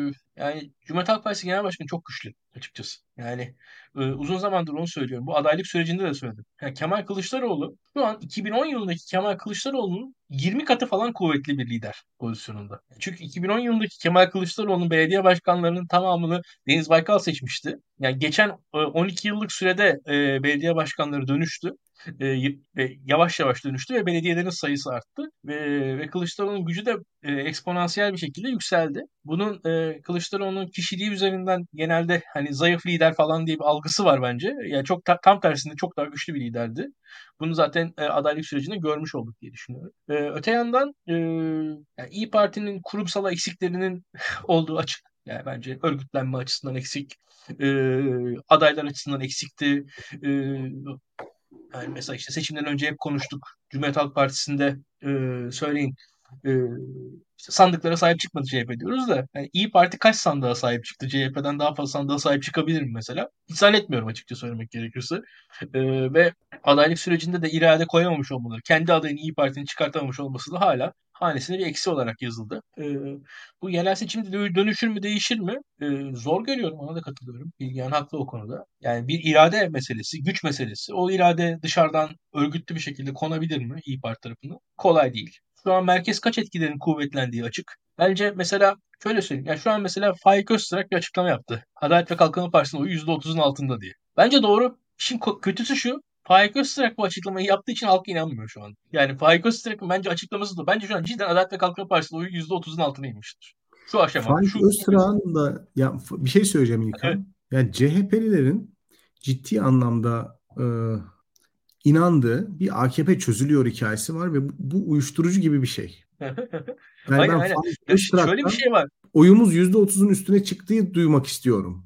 yani Cumhuriyet Halk Partisi Genel Başkanı çok güçlü açıkçası. Yani e, uzun zamandır onu söylüyorum. Bu adaylık sürecinde de söyledim. Yani Kemal Kılıçdaroğlu şu an iki bin on yılındaki Kemal Kılıçdaroğlu'nun yirmi katı falan kuvvetli bir lider pozisyonunda. Çünkü iki bin on yılındaki Kemal Kılıçdaroğlu'nun belediye başkanlarının tamamını Deniz Baykal seçmişti. Yani geçen e, on iki yıllık sürede e, belediye başkanları dönüştü. E, ve yavaş yavaş dönüştü ve belediyelerin sayısı arttı. Ve, ve Kılıçdaroğlu'nun gücü de e, eksponansiyel bir şekilde yükseldi. Bunun e, Kılıçdaroğlu'nun kişiliği üzerinden genelde hani zayıf lider falan diye bir algısı var bence. Yani çok ta- tam tersinde çok daha güçlü bir liderdi. Bunu zaten e, adaylık sürecinde görmüş olduk diye düşünüyorum. E, öte yandan e, yani İyi Parti'nin kurumsal eksiklerinin olduğu açık. Yani bence örgütlenme açısından eksik, e, adaylar açısından eksikti. E, yani mesela işte seçimden önce hep konuştuk. Cumhuriyet Halk Partisi'nde e, söyleyin e, işte sandıklara sahip çıkmadı C H P diyoruz da yani İyi Parti kaç sandığa sahip çıktı? C H P'den daha fazla sandığa sahip çıkabilir mi mesela? Hiç zannetmiyorum açıkça söylemek gerekirse. E, ve adaylık sürecinde de irade koyamamış olmaları, kendi adayını İyi Parti'nin çıkartamamış olması da hala hanesine bir eksi olarak yazıldı. E, bu yerel seçimde dö- dönüşür mü değişir mi? E, zor görüyorum, ona da katılıyorum. Bilgehan haklı o konuda. Yani bir irade meselesi, güç meselesi. O irade dışarıdan örgütlü bir şekilde konabilir mi İyi Parti tarafından? Kolay değil. Şu an merkez kaç etkilerin kuvvetlendiği açık. Bence mesela şöyle söyleyeyim. Yani şu an mesela Faik Öztürk bir açıklama yaptı. Adalet ve Kalkınma Partisi'nin oyu yüzde otuzun altında diye. Bence doğru. İşin ko- kötüsü şu. Faik Öztürk bu açıklamayı yaptığı için halk inanmıyor şu an. Yani Faik Öztürk'ün bence açıklaması da. Bence şu an cidden Adalet ve Kalkınma Partisi'nin oyu yüzde otuzun altına inmiştir. Şu aşamada, Faik şu Öztürk'ün da ya f- bir şey söyleyeceğim evet. İlkan. Yani C H P'lilerin ciddi anlamda e, inandığı bir A K P çözülüyor hikayesi var ve bu, bu uyuşturucu gibi bir şey. Yani Aynen ben aynen. Faik Ya ş- şöyle bir Öztürk'ten şey var. oyumuz yüzde otuzun üstüne çıktığı duymak istiyorum.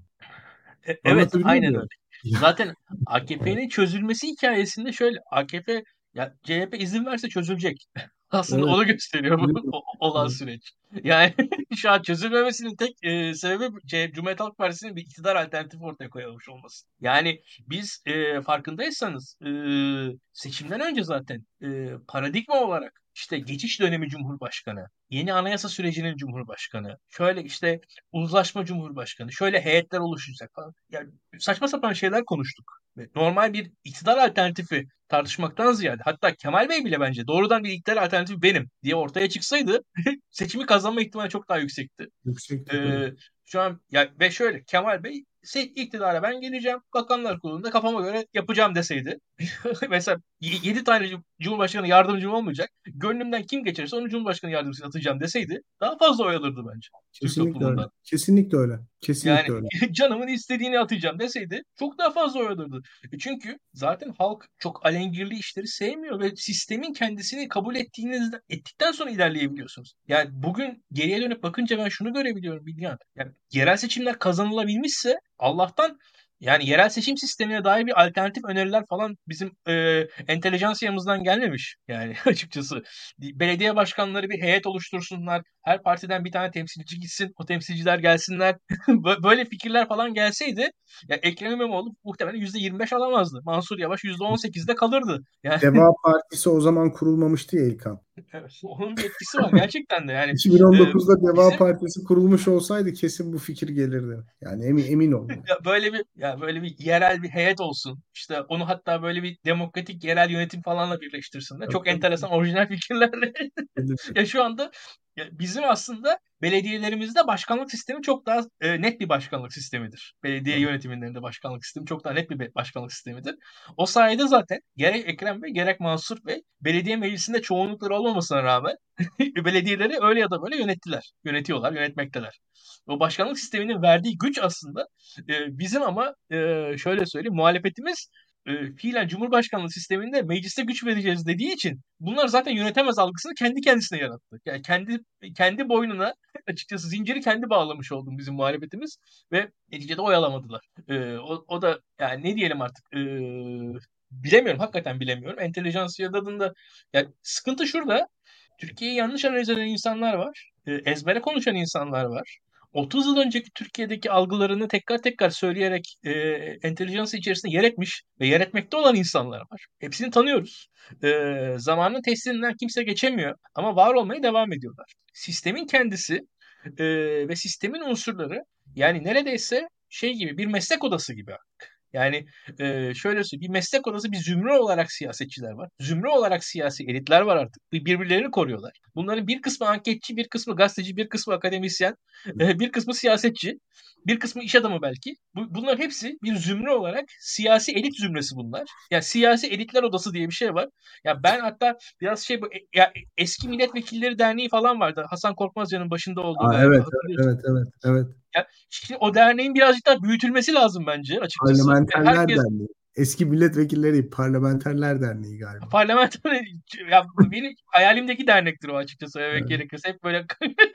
E- Evet, Anlatabiliyor aynen öyle. muyum? Ya, Zaten A K P'nin çözülmesi hikayesinde şöyle, A K P, ya C H P izin verse çözülecek. Aslında evet, onu gösteriyor bu biliyorum. o- olan Evet. süreç. Yani şu an çözülmemesinin tek e, sebebi C Cumhuriyet Halk Partisi'nin bir iktidar alternatifi ortaya koyulmuş olması. Yani biz e, farkındaysanız e, seçimden önce zaten e, paradigma olarak işte geçiş dönemi Cumhurbaşkanı, yeni anayasa sürecinin Cumhurbaşkanı, şöyle işte uzlaşma Cumhurbaşkanı, şöyle heyetler oluşacak falan. Yani saçma sapan şeyler konuştuk. Ve normal bir iktidar alternatifi tartışmaktan ziyade, hatta Kemal Bey bile bence doğrudan bir iktidar alternatifi benim diye ortaya çıksaydı seçimi kazanma ihtimali çok daha yüksekti. Yüksekti tabii. Ee, Şu an ya, ve şöyle, Kemal Bey se- iktidara ben geleceğim, Bakanlar Kurulu'nda kafama göre yapacağım deseydi, mesela yedi tane cum- Cumhurbaşkanı yardımcım olmayacak, gönlümden kim geçerse onu Cumhurbaşkanı yardımcısı atacağım deseydi daha fazla oy alırdı bence Türk Kesinlikle öyle. toplumundan. Kesinlikle öyle. Yani Kesinlikle öyle. canımın istediğini atacağım deseydi çok daha fazla oy alırdı. E Çünkü zaten halk çok alengirli işleri sevmiyor ve sistemin kendisini kabul ettiğiniz ettikten sonra ilerleyebiliyorsunuz. Yani bugün geriye dönüp bakınca ben şunu görebiliyorum Bilgehan. Yani yerel seçimler kazanılabilmişse Allah'tan, yani yerel seçim sistemine dair bir alternatif öneriler falan bizim e, entelijansiyamızdan gelmemiş. Yani açıkçası belediye başkanları bir heyet oluştursunlar. Her partiden bir tane temsilci gitsin. O temsilciler gelsinler. Bö- Böyle fikirler falan gelseydi, ya Ekrem İmamoğlu muhtemelen yüzde yirmi beş alamazdı. Mansur Yavaş yüzde on sekizde kalırdı. Yani Deva Partisi o zaman kurulmamıştı ya İlkan. evet, onun bir etkisi var gerçekten de. Yani e, iki bin on dokuzda Deva bizim Partisi kurulmuş olsaydı kesin bu fikir gelirdi. Yani emin, emin ol. ya böyle bir ya böyle bir yerel bir heyet olsun. İşte onu hatta böyle bir demokratik yerel yönetim falanla birleştirsinler. Tabii, Çok tabii, tabii. enteresan orijinal fikirlerle. Gelirdi. Ya şu anda, ya bizim aslında belediyelerimizde başkanlık sistemi çok daha e, net bir başkanlık sistemidir. Belediye Tabii. yönetimlerinde başkanlık sistemi çok daha net bir be- başkanlık sistemidir. O sayede zaten gerek Ekrem Bey gerek Mansur Bey belediye meclisinde çoğunlukları olmamasına rağmen belediyeleri öyle ya da böyle yönettiler. Yönetiyorlar, yönetmekteler. O başkanlık sisteminin verdiği güç aslında e, bizim, ama e, şöyle söyleyeyim, muhalefetimiz e, fiilen Cumhurbaşkanlığı sisteminde mecliste güç vereceğiz dediği için bunlar zaten yönetemez algısını kendi kendisine yarattı. Yani kendi kendi boynuna açıkçası zinciri kendi bağlamış oldu bizim muhalefetimiz ve neticede oy alamadılar. E, o, o da yani ne diyelim artık, e, bilemiyorum, hakikaten bilemiyorum. Entelijansiyada da yani sıkıntı şurada. Türkiye'yi yanlış analiz eden insanlar var. E, ezbere konuşan insanlar var. otuz yıl önceki Türkiye'deki algılarını tekrar tekrar söyleyerek e, entelijansı içerisinde yer etmiş ve yer etmekte olan insanlar var. Hepsini tanıyoruz. E, zamanın testinden kimse geçemiyor ama var olmaya devam ediyorlar. Sistemin kendisi e, ve sistemin unsurları, yani neredeyse şey gibi, bir meslek odası gibi. Yani e, şöyle söyleyeyim, bir meslek odası, bir zümre olarak siyasetçiler var. Zümre olarak siyasi elitler var artık. Bir- Birbirlerini koruyorlar. Bunların bir kısmı anketçi, bir kısmı gazeteci, bir kısmı akademisyen, e, bir kısmı siyasetçi, bir kısmı iş adamı belki. Bu, bunların hepsi bir zümre olarak siyasi elit zümresi bunlar. Yani siyasi elitler odası diye bir şey var. Ya ben hatta biraz şey, bu e- ya eski milletvekilleri derneği falan vardı. Hasan Korkmazcan'ın başında olduğu, Aa, galiba evet, hatırlıyorsun. evet, evet, evet. Ya şimdi o derneğin birazcık daha büyütülmesi lazım bence açıkçası. Ve Parlamenterler herkes Derneği. Eski milletvekilleri Parlamenterler Derneği galiba. parlamenter, ya benim hayalimdeki dernektir o, açıkçası söylemek Evet. gerekirse. Hep böyle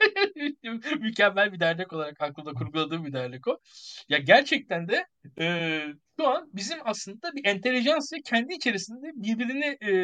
mükemmel bir dernek olarak aklımda kurguladığım bir dernek o. Ya gerçekten de e, şu an bizim aslında bir entelijansiya kendi içerisinde birbirini e,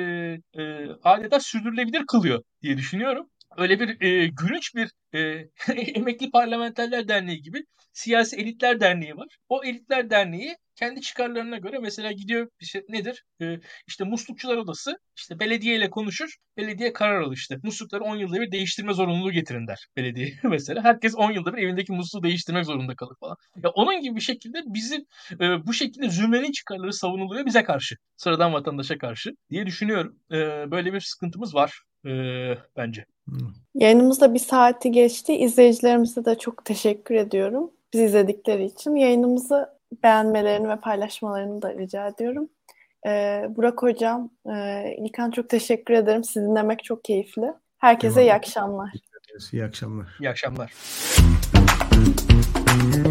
e, adeta sürdürülebilir kılıyor diye düşünüyorum. Öyle bir e, gülünç bir e, emekli parlamenterler derneği gibi siyasi elitler derneği var. O elitler derneği kendi çıkarlarına göre mesela gidiyor, işte nedir? E, işte muslukçular odası işte belediyeyle konuşur. Belediye karar alır işte. Muslukları on yılda bir değiştirme zorunluluğu getirin der belediye mesela. Herkes on yılda bir evindeki musluğu değiştirmek zorunda kalır falan. Ya onun gibi bir şekilde bizim e, bu şekilde zümrenin çıkarları savunuluyor bize karşı. Sıradan vatandaşa karşı diye düşünüyorum. E, böyle bir sıkıntımız var e, bence. Hı. Yayınımızda bir saati geçti. İzleyicilerimize de çok teşekkür ediyorum. Bizi izledikleri için. Yayınımızı beğenmelerini ve paylaşmalarını da rica ediyorum. Ee, Burak Hocam, e, İlkan çok teşekkür ederim. Sizi dinlemek çok keyifli. Herkese iyi Eyvallah. akşamlar. ederiz. İyi akşamlar. İyi akşamlar.